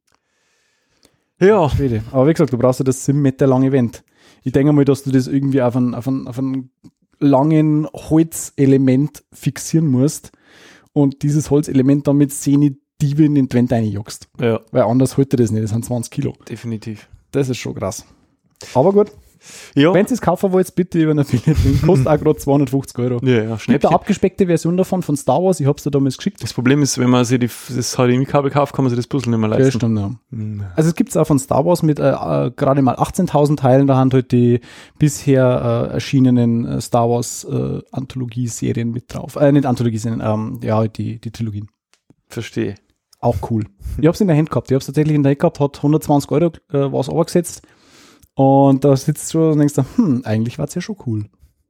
Ja. Schwede. Aber wie gesagt, du brauchst ja das 7 Meter lange Event. Ich denke mal, dass du das irgendwie auf einen langen Holzelement fixieren musst und dieses Holzelement dann mit Sehne-Diebe in den Twent reinjagst. Ja, Weil anders hält er das nicht, das sind 20 Kilo. definitiv. Das ist schon krass. Aber gut, Ja, wenn ihr es kaufen wollt, bitte über einen Affiliate-Link. Kostet auch gerade 250 €. ja, Es gibt Schnäppchen. eine abgespeckte Version davon von Star Wars, ich habe es dir damals geschickt. Das Problem ist, wenn man sich das HDMI-Kabel kauft, kann man sich das Puzzle nicht mehr Ja, leisten. stimmt, ja. Also es gibt es auch von Star Wars mit gerade mal 18.000 Teilen, da haben halt die bisher erschienenen Star Wars Anthologie-Serien mit drauf. Nicht Anthologie-Serien, ja, halt die Trilogien. Verstehe. Auch cool. Ich habe es in der Hand gehabt. Ich habe es tatsächlich in der Hand gehabt, hat 120 € was runtergesetzt. Und da sitzt du und denkst du, eigentlich war es ja schon cool.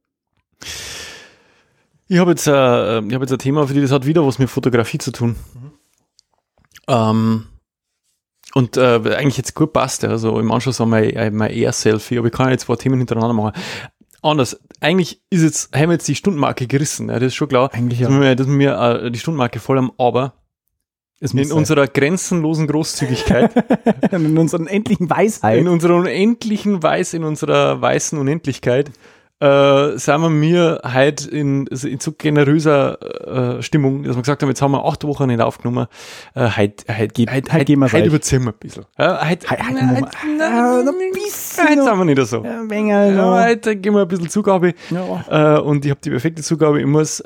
Ich habe jetzt ein Thema für dich, das hat wieder was mit Fotografie zu tun. Und eigentlich jetzt gut passt. Also im Anschluss haben wir mein Air-Selfie, aber ich kann jetzt 2 Themen hintereinander machen. Anders. Eigentlich haben wir jetzt die Stundenmarke gerissen. Ja, das ist schon klar. Eigentlich ja. Dass wir die Stundenmarke voll haben, aber Es muss in sein. unserer grenzenlosen Großzügigkeit, in unserer unendlichen Weisheit. in unserer unendlichen in unserer weißen Unendlichkeit, sind wir mir halt in so generöser Stimmung, dass wir gesagt haben, jetzt haben wir 8 Wochen nicht aufgenommen, heute gehen wir weich. überziehen wir ein bisschen. Ja, heute ein bisschen. sind wir nicht so. Ja, Heute geben wir ein bisschen Zugabe. Ja. Und ich habe die perfekte Zugabe. Ich muss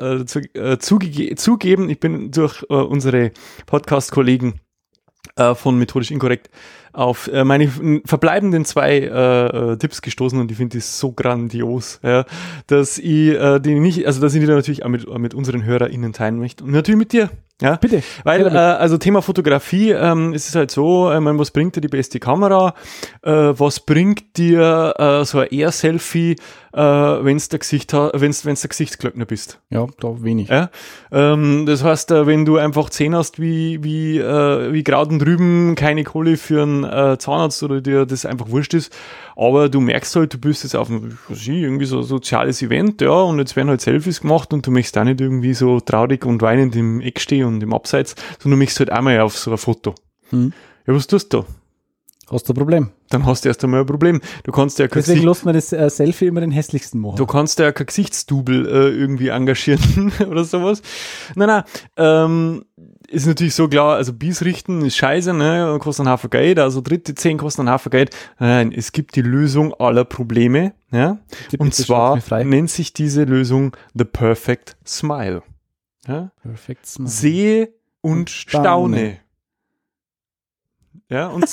zugeben, ich bin durch unsere Podcast-Kollegen von Methodisch Inkorrekt auf meine verbleibenden 2 Tipps gestoßen und ich finde die so grandios, ja, dass ich die nicht, also dass ich die dann natürlich auch mit unseren HörerInnen teilen möchte und natürlich mit dir. Ja, Bitte. Weil, Ja, also Thema Fotografie, es ist halt so, ich meine, was bringt dir die beste Kamera? Was bringt dir so ein Air-Selfie, wenn's der Gesichtsglöckner bist? Ja, da wenig. Ja? Das heißt, wenn du einfach 10 hast wie Grauden drüben, keine Kohle für einen Zahnarzt oder dir das einfach wurscht ist, aber du merkst halt, du bist jetzt auf einem, was weiß ich, irgendwie so ein soziales Event, ja, und jetzt werden halt Selfies gemacht und du möchtest auch nicht irgendwie so traurig und weinend im Eck stehen und im Abseits, sondern du möchtest halt einmal auf so ein Foto. Mhm. Ja, was tust du? Hast du ein Problem. Dann hast du erst einmal ein Problem. Du kannst ja kein Deswegen Gesicht, lässt man das Selfie immer den hässlichsten machen. du kannst ja kein Gesichtsdouble irgendwie engagieren oder sowas. Nein, ist natürlich so klar, also Bies richten ist scheiße, ne, kostet einen Haufen Geld, also dritte 10 kosten einen Haufen Geld. Nein, es gibt die Lösung aller Probleme, ja, Bitte, und zwar schaut mir frei. nennt sich diese Lösung The Perfect Smile. Ja? Perfekt. Smile. Sehe und Und staune. staune. Ja, und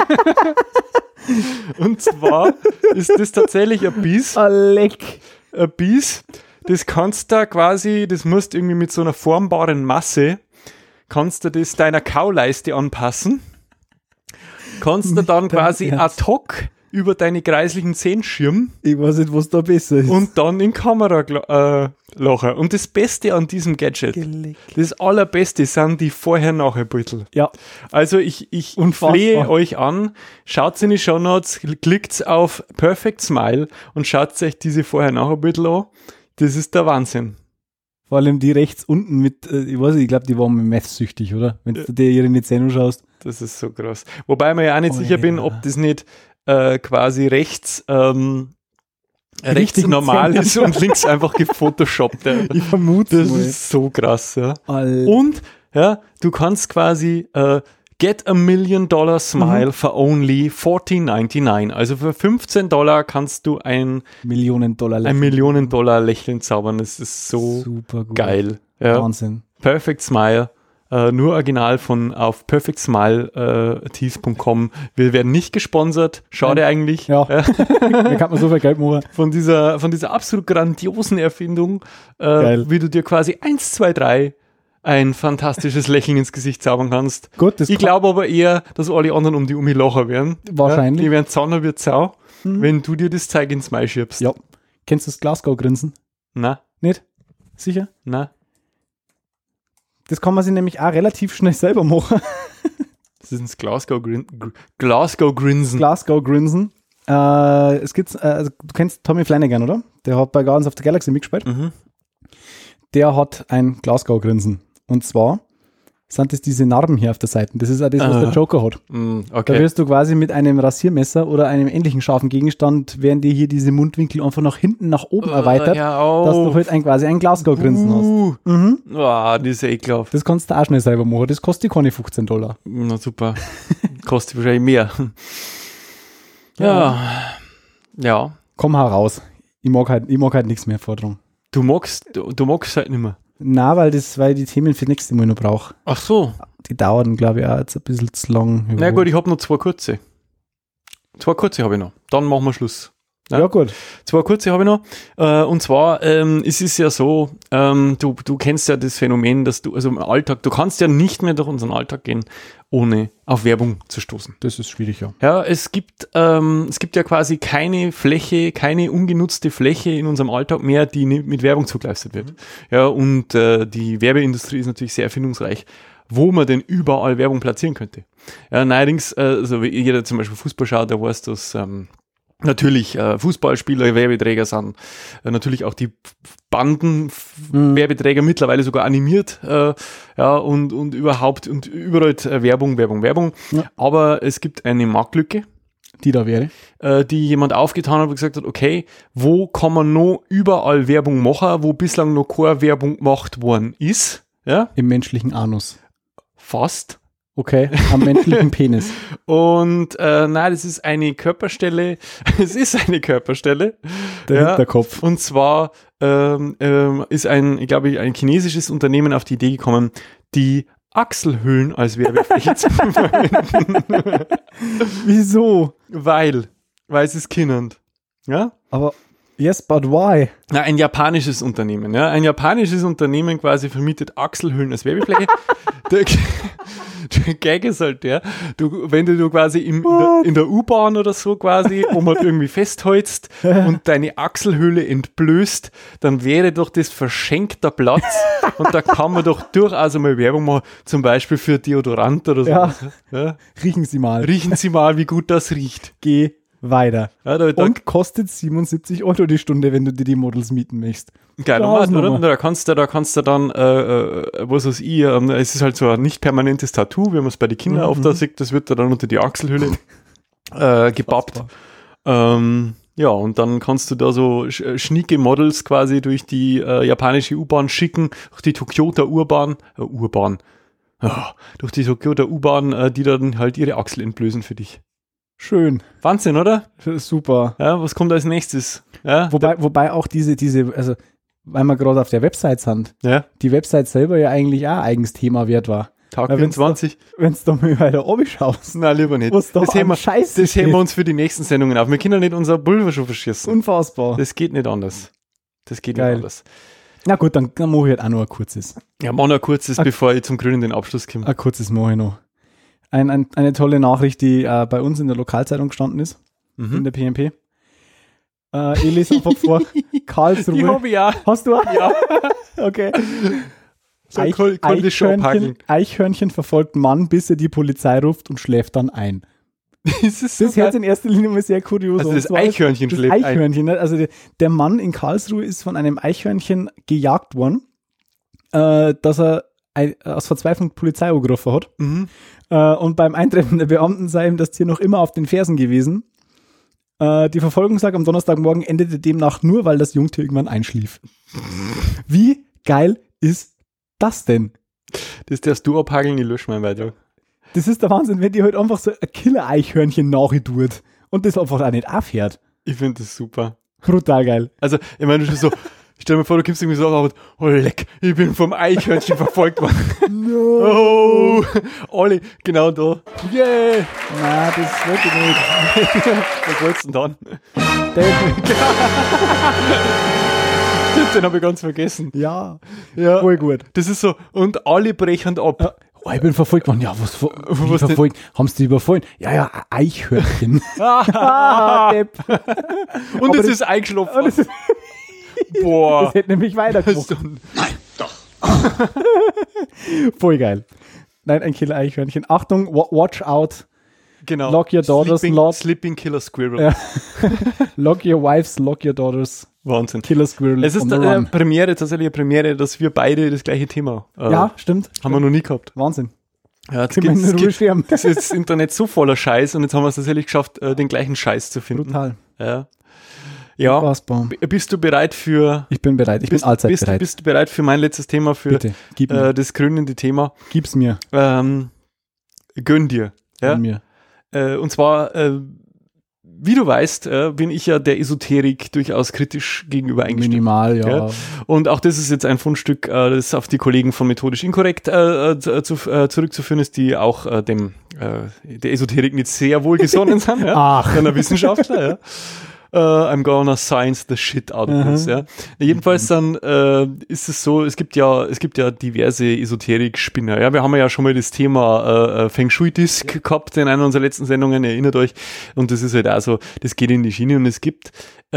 zwar ist das tatsächlich ein Biss, Leck. das kannst du quasi, das musst irgendwie mit so einer formbaren Masse, kannst du das deiner Kauleiste anpassen, kannst du dann quasi Ernst. ad hoc über deine kreislichen Zehen schirmen Ich weiß nicht, was da besser ist. und dann in Kamera lachen. Und das Beste an diesem Gadget, das Allerbeste sind die Vorher-Nachher-Beutel. Ja. Also ich Unfassbar. flehe euch an, schaut in die Shownotes, klickt auf Perfect Smile und schaut euch diese Vorher-Nachher-Beutel an. Das ist der Wahnsinn. Vor allem die rechts unten mit, ich weiß nicht, ich glaube, die waren mit Meth süchtig, oder? Wenn du dir ihre Zähne schaust. Das ist so krass. Wobei mir ja auch nicht Oh, sicher bin, ja. ob das nicht quasi rechts richtigen normal Zähne. ist und links einfach gefotoshoppt. Ja. Ich vermute Das mal. ist so krass, ja. Alter. Und ja, du kannst quasi get $1 million smile for only $14.99. Also für $15 kannst du ein $1 $1 Million Lächeln zaubern. Das ist so Super gut. geil. Ja. Wahnsinn. Perfect Smile. Nur original auf perfectsmiletees.com. Wir werden nicht gesponsert. Schade eigentlich. Ja. Da kann man so viel Geld machen. Von dieser absolut grandiosen Erfindung, Geil. wie du dir quasi 1, 2, 3 ein fantastisches Lächeln ins Gesicht zaubern kannst. Gut, das Ich glaube aber eher, dass alle anderen um die lachen werden. Wahrscheinlich. Ja, die werden zahner wie Sau, wenn du dir das Zeug ins Mai schiebst. Ja. Kennst du das Glasgow-Grinsen? Na, Nicht? Sicher? na. Das kann man sich nämlich auch relativ schnell selber machen. Das ist ein Glasgow-Grinsen. Glasgow-Grinsen. Es gibt, also du kennst Tommy Flanagan, oder? Der hat bei Guardians of the Galaxy mitgespielt. Mhm. Der hat ein Glasgow-Grinsen. Und zwar sind das diese Narben hier auf der Seite. Das ist auch das, was der Joker hat. Da Okay. wirst du quasi mit einem Rasiermesser oder einem ähnlichen scharfen Gegenstand, werden dir hier diese Mundwinkel einfach nach hinten, nach oben erweitert, ja, dass du halt quasi ein Glasgow-Grinsen hast. Das ist ja ekelhaft. Das kannst du auch schnell selber machen. Das kostet keine $15. Na super. Kostet wahrscheinlich mehr. Ja. Komm heraus. Ich mag halt nichts mehr vortragen. Du magst halt nicht mehr. Na, weil ich die Themen für nächste Mal noch brauche. Ach so. Die dauern, glaube ich, auch jetzt ein bisschen zu lang. Na gut, ich habe noch 2 kurze. 2 kurze habe ich noch. Dann machen wir Schluss. Ja, gut. 2 kurze habe ich noch. Und zwar, es ist ja so, du kennst ja das Phänomen, dass du, also im Alltag, du kannst ja nicht mehr durch unseren Alltag gehen, ohne auf Werbung zu stoßen. Das ist schwierig, ja. Ja, es gibt ja quasi keine Fläche, keine ungenutzte Fläche in unserem Alltag mehr, die mit Werbung zugeleistet wird. Ja, und die Werbeindustrie ist natürlich sehr erfindungsreich, wo man denn überall Werbung platzieren könnte. Ja, neuerdings, also wie jeder zum Beispiel Fußball schaut, der weiß, dass natürlich Fußballspieler Werbeträger sind, natürlich auch die Banden-Werbeträger mittlerweile sogar animiert, ja, und überhaupt und überall Werbung. Ja. Aber es gibt eine Marktlücke, Die da wäre. die jemand aufgetan hat und gesagt hat, okay, wo kann man noch überall Werbung machen, wo bislang noch keine Werbung gemacht worden ist, ja, Im menschlichen Anus. fast. Okay, am menschlichen Penis. Und nein, das ist eine Körperstelle, es ist eine Körperstelle. Der Hinterkopf. Und zwar ist ein chinesisches Unternehmen auf die Idee gekommen, die Achselhöhlen als Werbefläche zu verwenden. Wieso? Weil es ist kindernd. Ja? Aber, yes, but why? Na, ein japanisches Unternehmen, ja. Ein japanisches Unternehmen quasi vermietet Achselhöhlen als Werbefläche. Der Gag ist halt der, wenn du quasi in der U-Bahn oder so quasi, wo man irgendwie festhältst und deine Achselhöhle entblößt, dann wäre doch das verschenkter Platz und da kann man doch durchaus einmal Werbung machen, zum Beispiel für Deodorant oder so. Ja. Riechen Sie mal. Riechen Sie mal, wie gut das riecht. Geh weiter. Ja, da Und kostet 77 € die Stunde, wenn du dir die Models mieten möchtest. geil, Straßennummer. oder? Da kannst du dann, was weiß ich, es ist halt so ein nicht permanentes Tattoo, wie man es bei den Kindern oft da sieht, das wird da dann unter die Achselhöhle gebappt. Ja, und dann kannst du da so schnieke Models quasi durch die japanische U-Bahn schicken, durch die Tokyoter durch die Tokyoter U-Bahn, die dann halt ihre Achsel entblößen für dich. Schön. Wahnsinn, oder? Das ist super. Ja, was kommt als nächstes? Ja, Wobei auch diese, also, weil wir gerade auf der Website sind, ja, die Website selber ja eigentlich auch eigens Thema wert war. Tag Weil wenn's 24. Wenn du da mal weiter oben schaust, Na, lieber nicht. was da Das heben an Scheiße das heben wir steht. uns für die nächsten Sendungen auf. Wir können ja nicht unser Pulver schon verschießen. Unfassbar. Das geht nicht anders. Das geht Geil. nicht anders. Na gut, dann mache ich halt auch noch ein kurzes. Ja, mach noch ein kurzes, bevor ich zum Grünen den Abschluss komme. Ein kurzes mache ich noch. Eine tolle Nachricht, die bei uns in der Lokalzeitung gestanden ist, in der PMP. Ich lese einfach vor. Karlsruhe. Die habe ich auch. Hast du auch? Ja. Okay. So kann das schon abhaken. Eichhörnchen verfolgt Mann, bis er die Polizei ruft und schläft dann ein. Das ist so Das hört geil. in erster Linie mal sehr kurios Also an. das Und zwar Eichhörnchen das schläft ein. Eichhörnchen, ne? Also der Mann in Karlsruhe ist von einem Eichhörnchen gejagt worden, dass er aus Verzweiflung die Polizei angerufen hat. Mhm. Und beim Eintreffen der Beamten sei ihm das Tier noch immer auf den Fersen gewesen. Die Verfolgungsjagd am Donnerstagmorgen endete demnach nur, weil das Jungtier irgendwann einschlief. Wie geil ist das denn? Das darfst du abhageln, ich lösche meinen Beitrag. Das ist der Wahnsinn, wenn die halt einfach so ein Killer-Eichhörnchen nachtut und das einfach auch nicht aufhört. Ich finde das super. Brutal geil. Also, ich meine, du schon so, stell dir vor, du kommst irgendwie so auf, oh leck, ich bin vom Eichhörnchen verfolgt worden. No. Oh, Olli, genau da. Yeah. Na, das wollte ich nicht. Was wolltest du denn dann? Der, Den habe ich ganz vergessen. ja, Ja. voll gut. Das ist so, und alle brechen ab. Oh, ich bin verfolgt worden. Ja, was Was denn? verfolgt? Haben sie die überfallen? Ja, ein Eichhörnchen. Depp. Und Aber es das- ist eingeschlafen. Und das, Boah. das hätte nämlich weitergemacht. Voll geil. Nein, ein Killer-Eichhörnchen. Achtung, watch out. Genau. Lock your daughters, Sleeping Killer Squirrel. Ja. Lock your wives, lock your daughters. Wahnsinn. Killer Squirrel. Es ist on the eine run. Premiere, tatsächlich eine Premiere, dass wir beide das gleiche Thema Ja, stimmt. haben wir noch nie gehabt. Wahnsinn. Ja, jetzt Können wir in Ruhe schwärmen. das ist das Internet so voller Scheiß und jetzt haben wir es tatsächlich geschafft, den gleichen Scheiß zu finden. Brutal. Ja. Unfassbar. Bist du bereit für... Ich bin bereit. Ich bin allzeit bereit. Bist du bereit für mein letztes Thema, für Bitte, gib mir. das krönende Thema? Gib's mir. Gönn dir. Ja? Gib mir. Und zwar, wie du weißt, bin ich ja der Esoterik durchaus kritisch gegenüber eingestellt. Minimal, ja. Ja. Und auch das ist jetzt ein Fundstück, das auf die Kollegen von Methodisch Inkorrekt zurückzuführen ist, die auch der Esoterik nicht sehr wohlgesonnen sind. Ja? Ach. Einer Wissenschaftler, ja. I'm gonna science the shit out of this, ja. Jedenfalls dann ist es so, es gibt ja diverse Esoterik-Spinner, ja. Wir haben ja schon mal das Thema Feng Shui-Disc gehabt in einer unserer letzten Sendungen, erinnert euch. Und das ist halt auch so, das geht in die Schiene und es gibt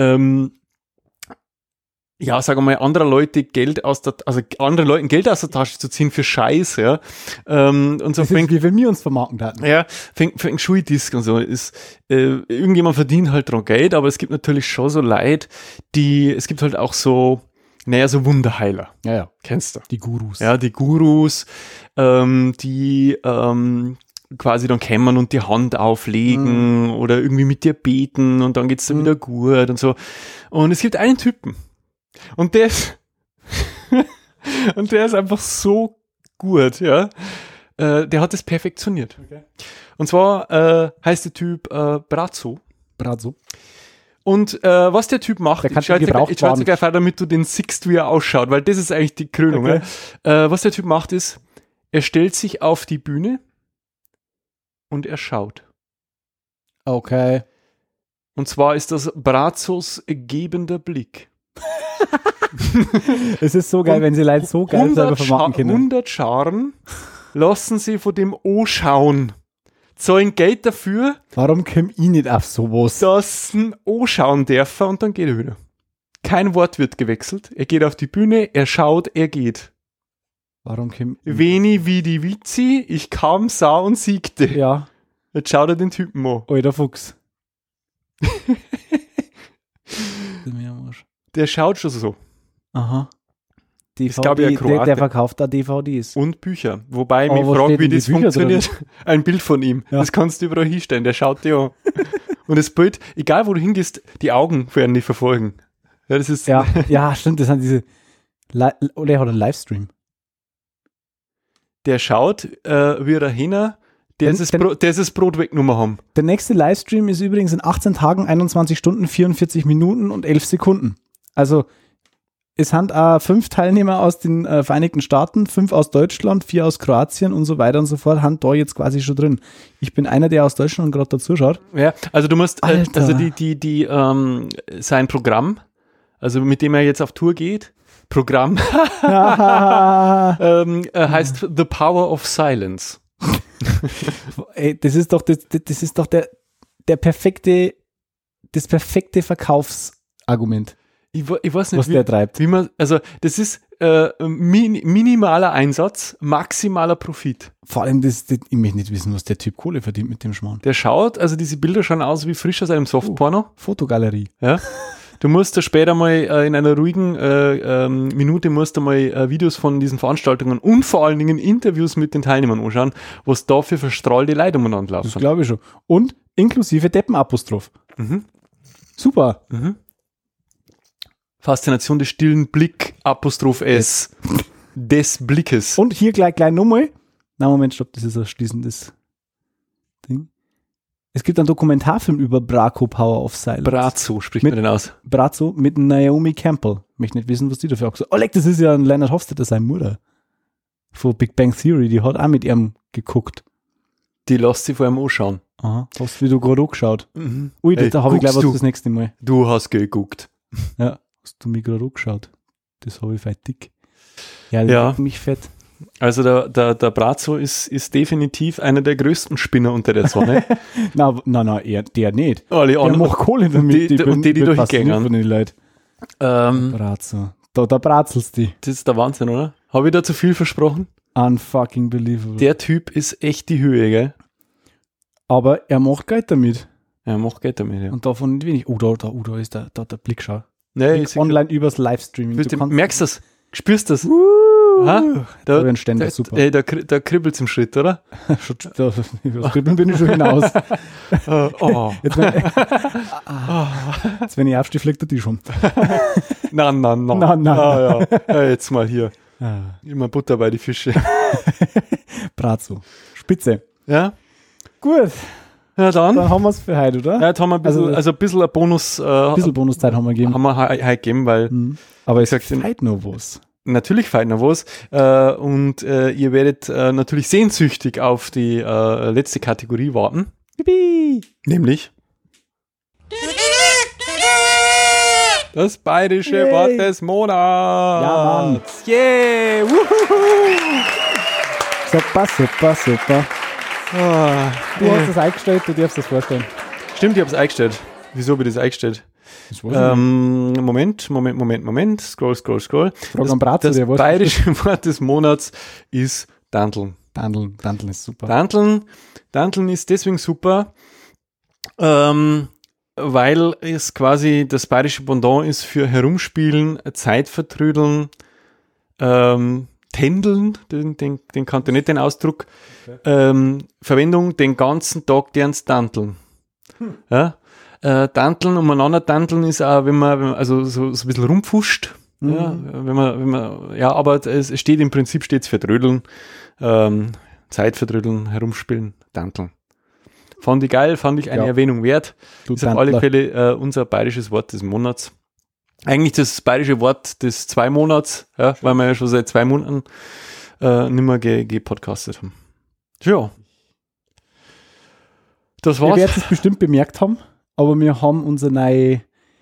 ja, sagen wir mal, anderen Leuten Geld aus der Tasche zu ziehen für Scheiß, ja. Und so Das ist, wie wenn wir uns vermarkten hatten. ja, Feng Shui-Disc und so ist, irgendjemand verdient halt dran Geld, aber es gibt natürlich schon so Leute, es gibt halt auch so, so Wunderheiler. Ja, ja. Kennst du? Die Gurus. Ja, die Gurus, die quasi dann kommen und die Hand auflegen oder irgendwie mit dir beten und dann geht's dann wieder gut und so. Und es gibt einen Typen und der ist einfach so gut, ja. Der hat es perfektioniert. Okay. Und zwar heißt der Typ Brazzo. Brazzo. Und was der Typ macht, Der kann ich schalte gebraucht dir gleich vor, damit du den siehst, wie er ausschaut, weil das ist eigentlich die Krönung. Okay. Ja? Was der Typ macht ist, er stellt sich auf die Bühne und er schaut. Okay. Und zwar ist das Brazzos gebender Blick. Es ist so geil, wenn sie Leute so geil selber vermarkten können. 100 Scharen lassen sie von dem O-Schauen. Zahlen Geld dafür, Warum komm ich nicht auf sowas? dass ein O-Schauen darf und dann geht er wieder. Kein Wort wird gewechselt. Er geht auf die Bühne, er schaut, er geht. Warum komm ich? Veni vidi vici, ich kam, sah und siegte. Ja, Jetzt schaut er den Typen an. alter Fuchs. Der schaut schon so. Aha. Ist, glaub ich, ein Kroate. der verkauft da DVDs. Und Bücher. Wobei ich Aber mich was frage, steht wie in die das Bücher funktioniert. Ein Bild von ihm. Ja. Das kannst du überall hinstellen. Der schaut dir an. Und das Bild, egal wo du hingehst, die Augen werden dich verfolgen. Ja, das ist, Ja, ja, stimmt, das sind diese. Oder er hat einen Livestream. der schaut, wie der Henner, der das Brot weggenommen haben. Der nächste Livestream ist übrigens in 18 Tagen, 21 Stunden, 44 Minuten und 11 Sekunden. Also, es sind 5 Teilnehmer aus den Vereinigten Staaten, 5 aus Deutschland, 4 aus Kroatien und so weiter und so fort, haben da jetzt quasi schon drin. Ich bin einer, der aus Deutschland gerade dazu schaut. Ja, also du musst, Alter. also sein Programm, also mit dem er jetzt auf Tour geht, Programm, heißt The Power of Silence. Ey, das ist doch das ist doch das perfekte Verkaufsargument, Ich weiß nicht, was der treibt. wie man, also das ist minimaler Einsatz, maximaler Profit. Vor allem, ich möchte nicht wissen, was der Typ Kohle verdient mit dem Schmarrn. Der schaut, also diese Bilder schauen aus wie frisch aus einem Softporno. Fotogalerie. Ja. Du musst da später mal in einer ruhigen Minute musst du mal Videos von diesen Veranstaltungen und vor allen Dingen Interviews mit den Teilnehmern anschauen, was da für verstrahlte Leitungen Das anlaufen. glaube ich schon. Und inklusive Deppenapostroph. Mhm. Super. Faszination des stillen Blick, Apostroph S, des Blickes. Und hier gleich nochmal. Na, Moment, stopp, das ist ein schließendes Ding. Es gibt einen Dokumentarfilm über Braco Power of Silence. Brazzo spricht Mit- man denn aus. Brazzo mit Naomi Campbell. Ich möchte nicht wissen, was die dafür auch gesagt hat. Oh, leck, das ist ja ein Leonard Hofstadter, seine Mutter. Von Big Bang Theory, die hat auch mit ihm geguckt. Die lässt sich vor einem anschauen. Aha. Hast du wieder gerade angeschaut? Mhm. Ui, Ey, da habe ich gleich was guckst du? fürs nächste Mal. Du hast geguckt. Ja, hast du mich gerade angeschaut? Das habe ich fertig. Ja, Ja. leck mich fett. Also der Brazzo ist definitiv einer der größten Spinner unter der Sonne. Na, der nicht. Alle Der anderen. macht Kohle damit. Und die bin fasziniert durchgängern. von den Leuten. Brazzo. Da bratzelst die. Das ist der Wahnsinn, oder? Habe ich da zu viel versprochen? Unfucking believable. Der Typ ist echt die Höhe, gell? Aber er macht Geld damit. Ja, macht Geld damit, ja. Und davon nicht wenig. Oh, da ist der Blick, schau. Nee, ich Online übers Livestreaming. merkst du das? Spürst du das? Da werden Ständer super. Da kribbelt es im Schritt, oder? Übers Kribbeln bin ich schon hinaus. Oh. Jetzt, wenn ich aufstehe, fliegt der Tisch um. Nein. Nein. Ah, ja. Jetzt mal hier. Immer Butter bei die Fische. Bratzo. Spitze. Ja? Gut. Ja, dann haben wir es für heute, oder? Ja, jetzt haben wir ein bisschen ein bisschen ein bisschen Bonuszeit haben wir gegeben. Haben wir heute gegeben, weil aber es fehlt noch was. Natürlich fehlt noch was. Und ihr werdet natürlich sehnsüchtig auf die letzte Kategorie warten. Bibi. Nämlich das bayerische Wort des Monats. Ja, Mann. Yeah! Super. Du hast das eingestellt, du darfst das vorstellen. Stimmt, ich habe es eingestellt. Wieso habe ich das eingestellt? Das weiß ich nicht. Moment. Scroll. Frag am Bratzo, Das bayerische Wort des Monats ist Danteln. Danteln ist super. Danteln ist deswegen super, weil es quasi das bayerische Pendant ist für Herumspielen, Zeitvertrödeln, Tändeln, den kannte nicht den Ausdruck, Verwendung den ganzen Tag derns Danteln. Ja? Danteln, umeinander danteln ist auch, wenn man also so ein bisschen rumpfuscht. Ja, wenn man, aber es steht im Prinzip für Trödeln, Zeitvertrödeln, herumspielen, danteln. Fand ich geil, fand ich eine Erwähnung wert. Ist auf alle Fälle unser bayerisches Wort des Monats. Eigentlich das bayerische Wort des 2 Monats, ja, weil wir ja schon seit 2 Monaten nicht mehr gepodcastet haben. Ja. Das war's. Ihr werdet es bestimmt bemerkt haben, aber wir haben unsere neue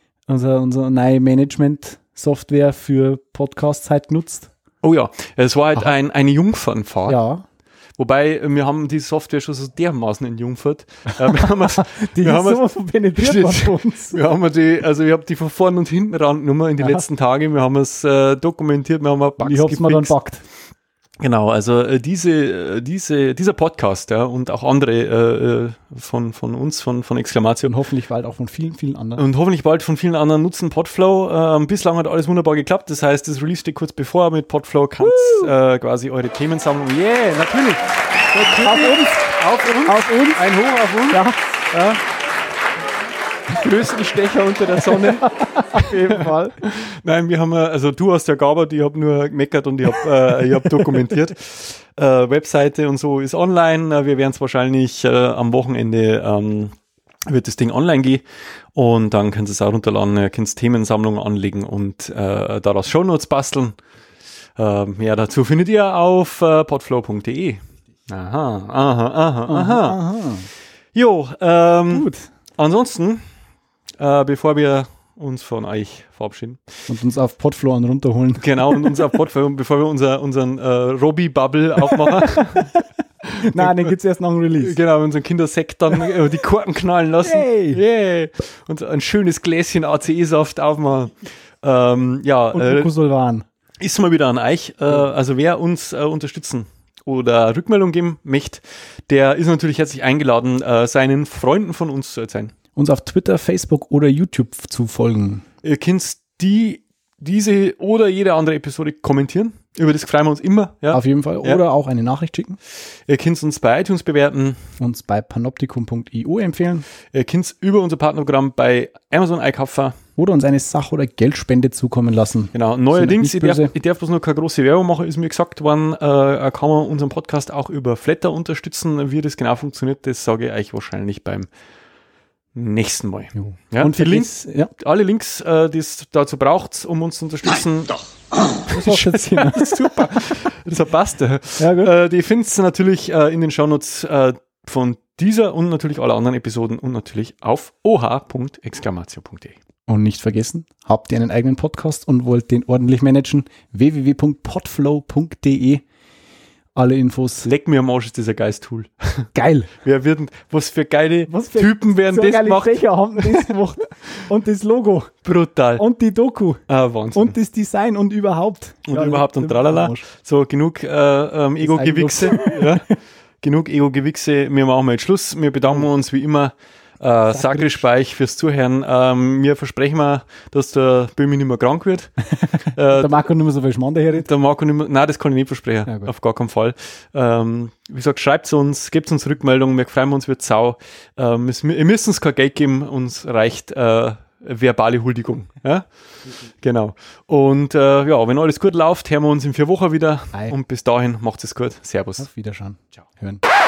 Management-Software für Podcasts halt genutzt. Oh ja, es war halt eine Jungfernfahrt. Ja. Wobei, wir haben die Software schon so dermaßen entjungfert. Die ist sowas von penetriert von uns. Ich habe die von vorn und hinten rangenommen in die letzten Tage. Wir haben es dokumentiert, wir haben Bugs ich hab's mir dann backt. Genau, also dieser Podcast, ja, und auch andere von uns, von Exclamation. Und hoffentlich bald auch von vielen, vielen anderen. Und hoffentlich bald von vielen anderen nutzen Podflow. Bislang hat alles wunderbar geklappt. Das heißt, das Release steht kurz bevor. Mit Podflow kannst quasi eure Themensammlung. Yeah, natürlich. Auf uns. Ein Hoch auf uns. Ja. Größten Stecher unter der Sonne. Auf jeden Fall. Nein, wir haben, also du hast ja gearbeitet, ich habe nur gemeckert und ich hab dokumentiert. Webseite und so ist online. Wir werden es wahrscheinlich am Wochenende wird das Ding online gehen und dann könnt ihr es auch runterladen, ihr könnt Themensammlungen anlegen und daraus Shownotes basteln. Mehr dazu findet ihr auf podflow.de. Aha. Jo, gut. Ansonsten, bevor wir uns von euch verabschieden. Und uns auf Podflow runterholen. Genau, und uns auf Podflow, bevor wir unseren Robbie-Bubble aufmachen. Nein, dann gibt es erst noch ein Release. Genau, unseren Kindersekt dann die Korken knallen lassen. Yay. Und ein schönes Gläschen ACE-Saft aufmachen. Und Glucosolvan. Ist mal wieder an euch. Also wer uns unterstützen oder Rückmeldung geben möchte, der ist natürlich herzlich eingeladen, seinen Freunden von uns zu erzählen. Uns auf Twitter, Facebook oder YouTube zu folgen. Ihr könnt diese oder jede andere Episode kommentieren. Über das freuen wir uns immer. Ja? Auf jeden Fall. Oder auch eine Nachricht schicken. Ihr könnt uns bei iTunes bewerten. Uns bei panoptikum.io empfehlen. Ihr könnt über unser Partnerprogramm bei Amazon einkaufen. Oder uns eine Sach- oder Geldspende zukommen lassen. Genau. Neuerdings, ich darf bloß noch keine große Werbung machen, ist mir gesagt worden, kann man unseren Podcast auch über Flatter unterstützen. Wie das genau funktioniert, das sage ich euch wahrscheinlich beim nächsten Mal. Ja, und die Links, alle Links, die es dazu braucht, um uns zu unterstützen. Nein, doch. Das war's jetzt hier. Super. Das passt. Ja, gut. Die findest du natürlich in den Shownotes von dieser und natürlich alle anderen Episoden und natürlich auf oh.exclamatio.de. Und nicht vergessen, habt ihr einen eigenen Podcast und wollt den ordentlich managen? www.podflow.de. Alle Infos. Leck mir am Arsch, ist das ein geiles Tool. Geil. Was für geile Typen werden so das gemacht? Fächer haben das gemacht. Und das Logo. Brutal. Und die Doku. Wahnsinn. Und das Design und überhaupt. Und tralala. So, genug Ego-Gewichse. Ja. genug Ego-Gewichse. Wir machen jetzt Schluss. Wir bedanken uns wie immer Sagrisch bei euch fürs Zuhören. Wir versprechen mal, dass der Böhmi nicht mehr krank wird. Der Marco nicht mehr so viel Schmarrn daherredet. Der Marco nicht mehr, nein, das kann ich nicht versprechen. Ja, gut. Auf gar keinen Fall. Wie gesagt, schreibt uns, gebt uns Rückmeldungen. Wir freuen uns, wird sau. Ihr müsst uns kein Geld geben. Uns reicht verbale Huldigung. Ja? Genau. Und ja, wenn alles gut läuft, hören wir uns in 4 Wochen wieder. Ei. Und bis dahin macht es gut. Servus. Auf Wiederschauen. Ciao. Hören.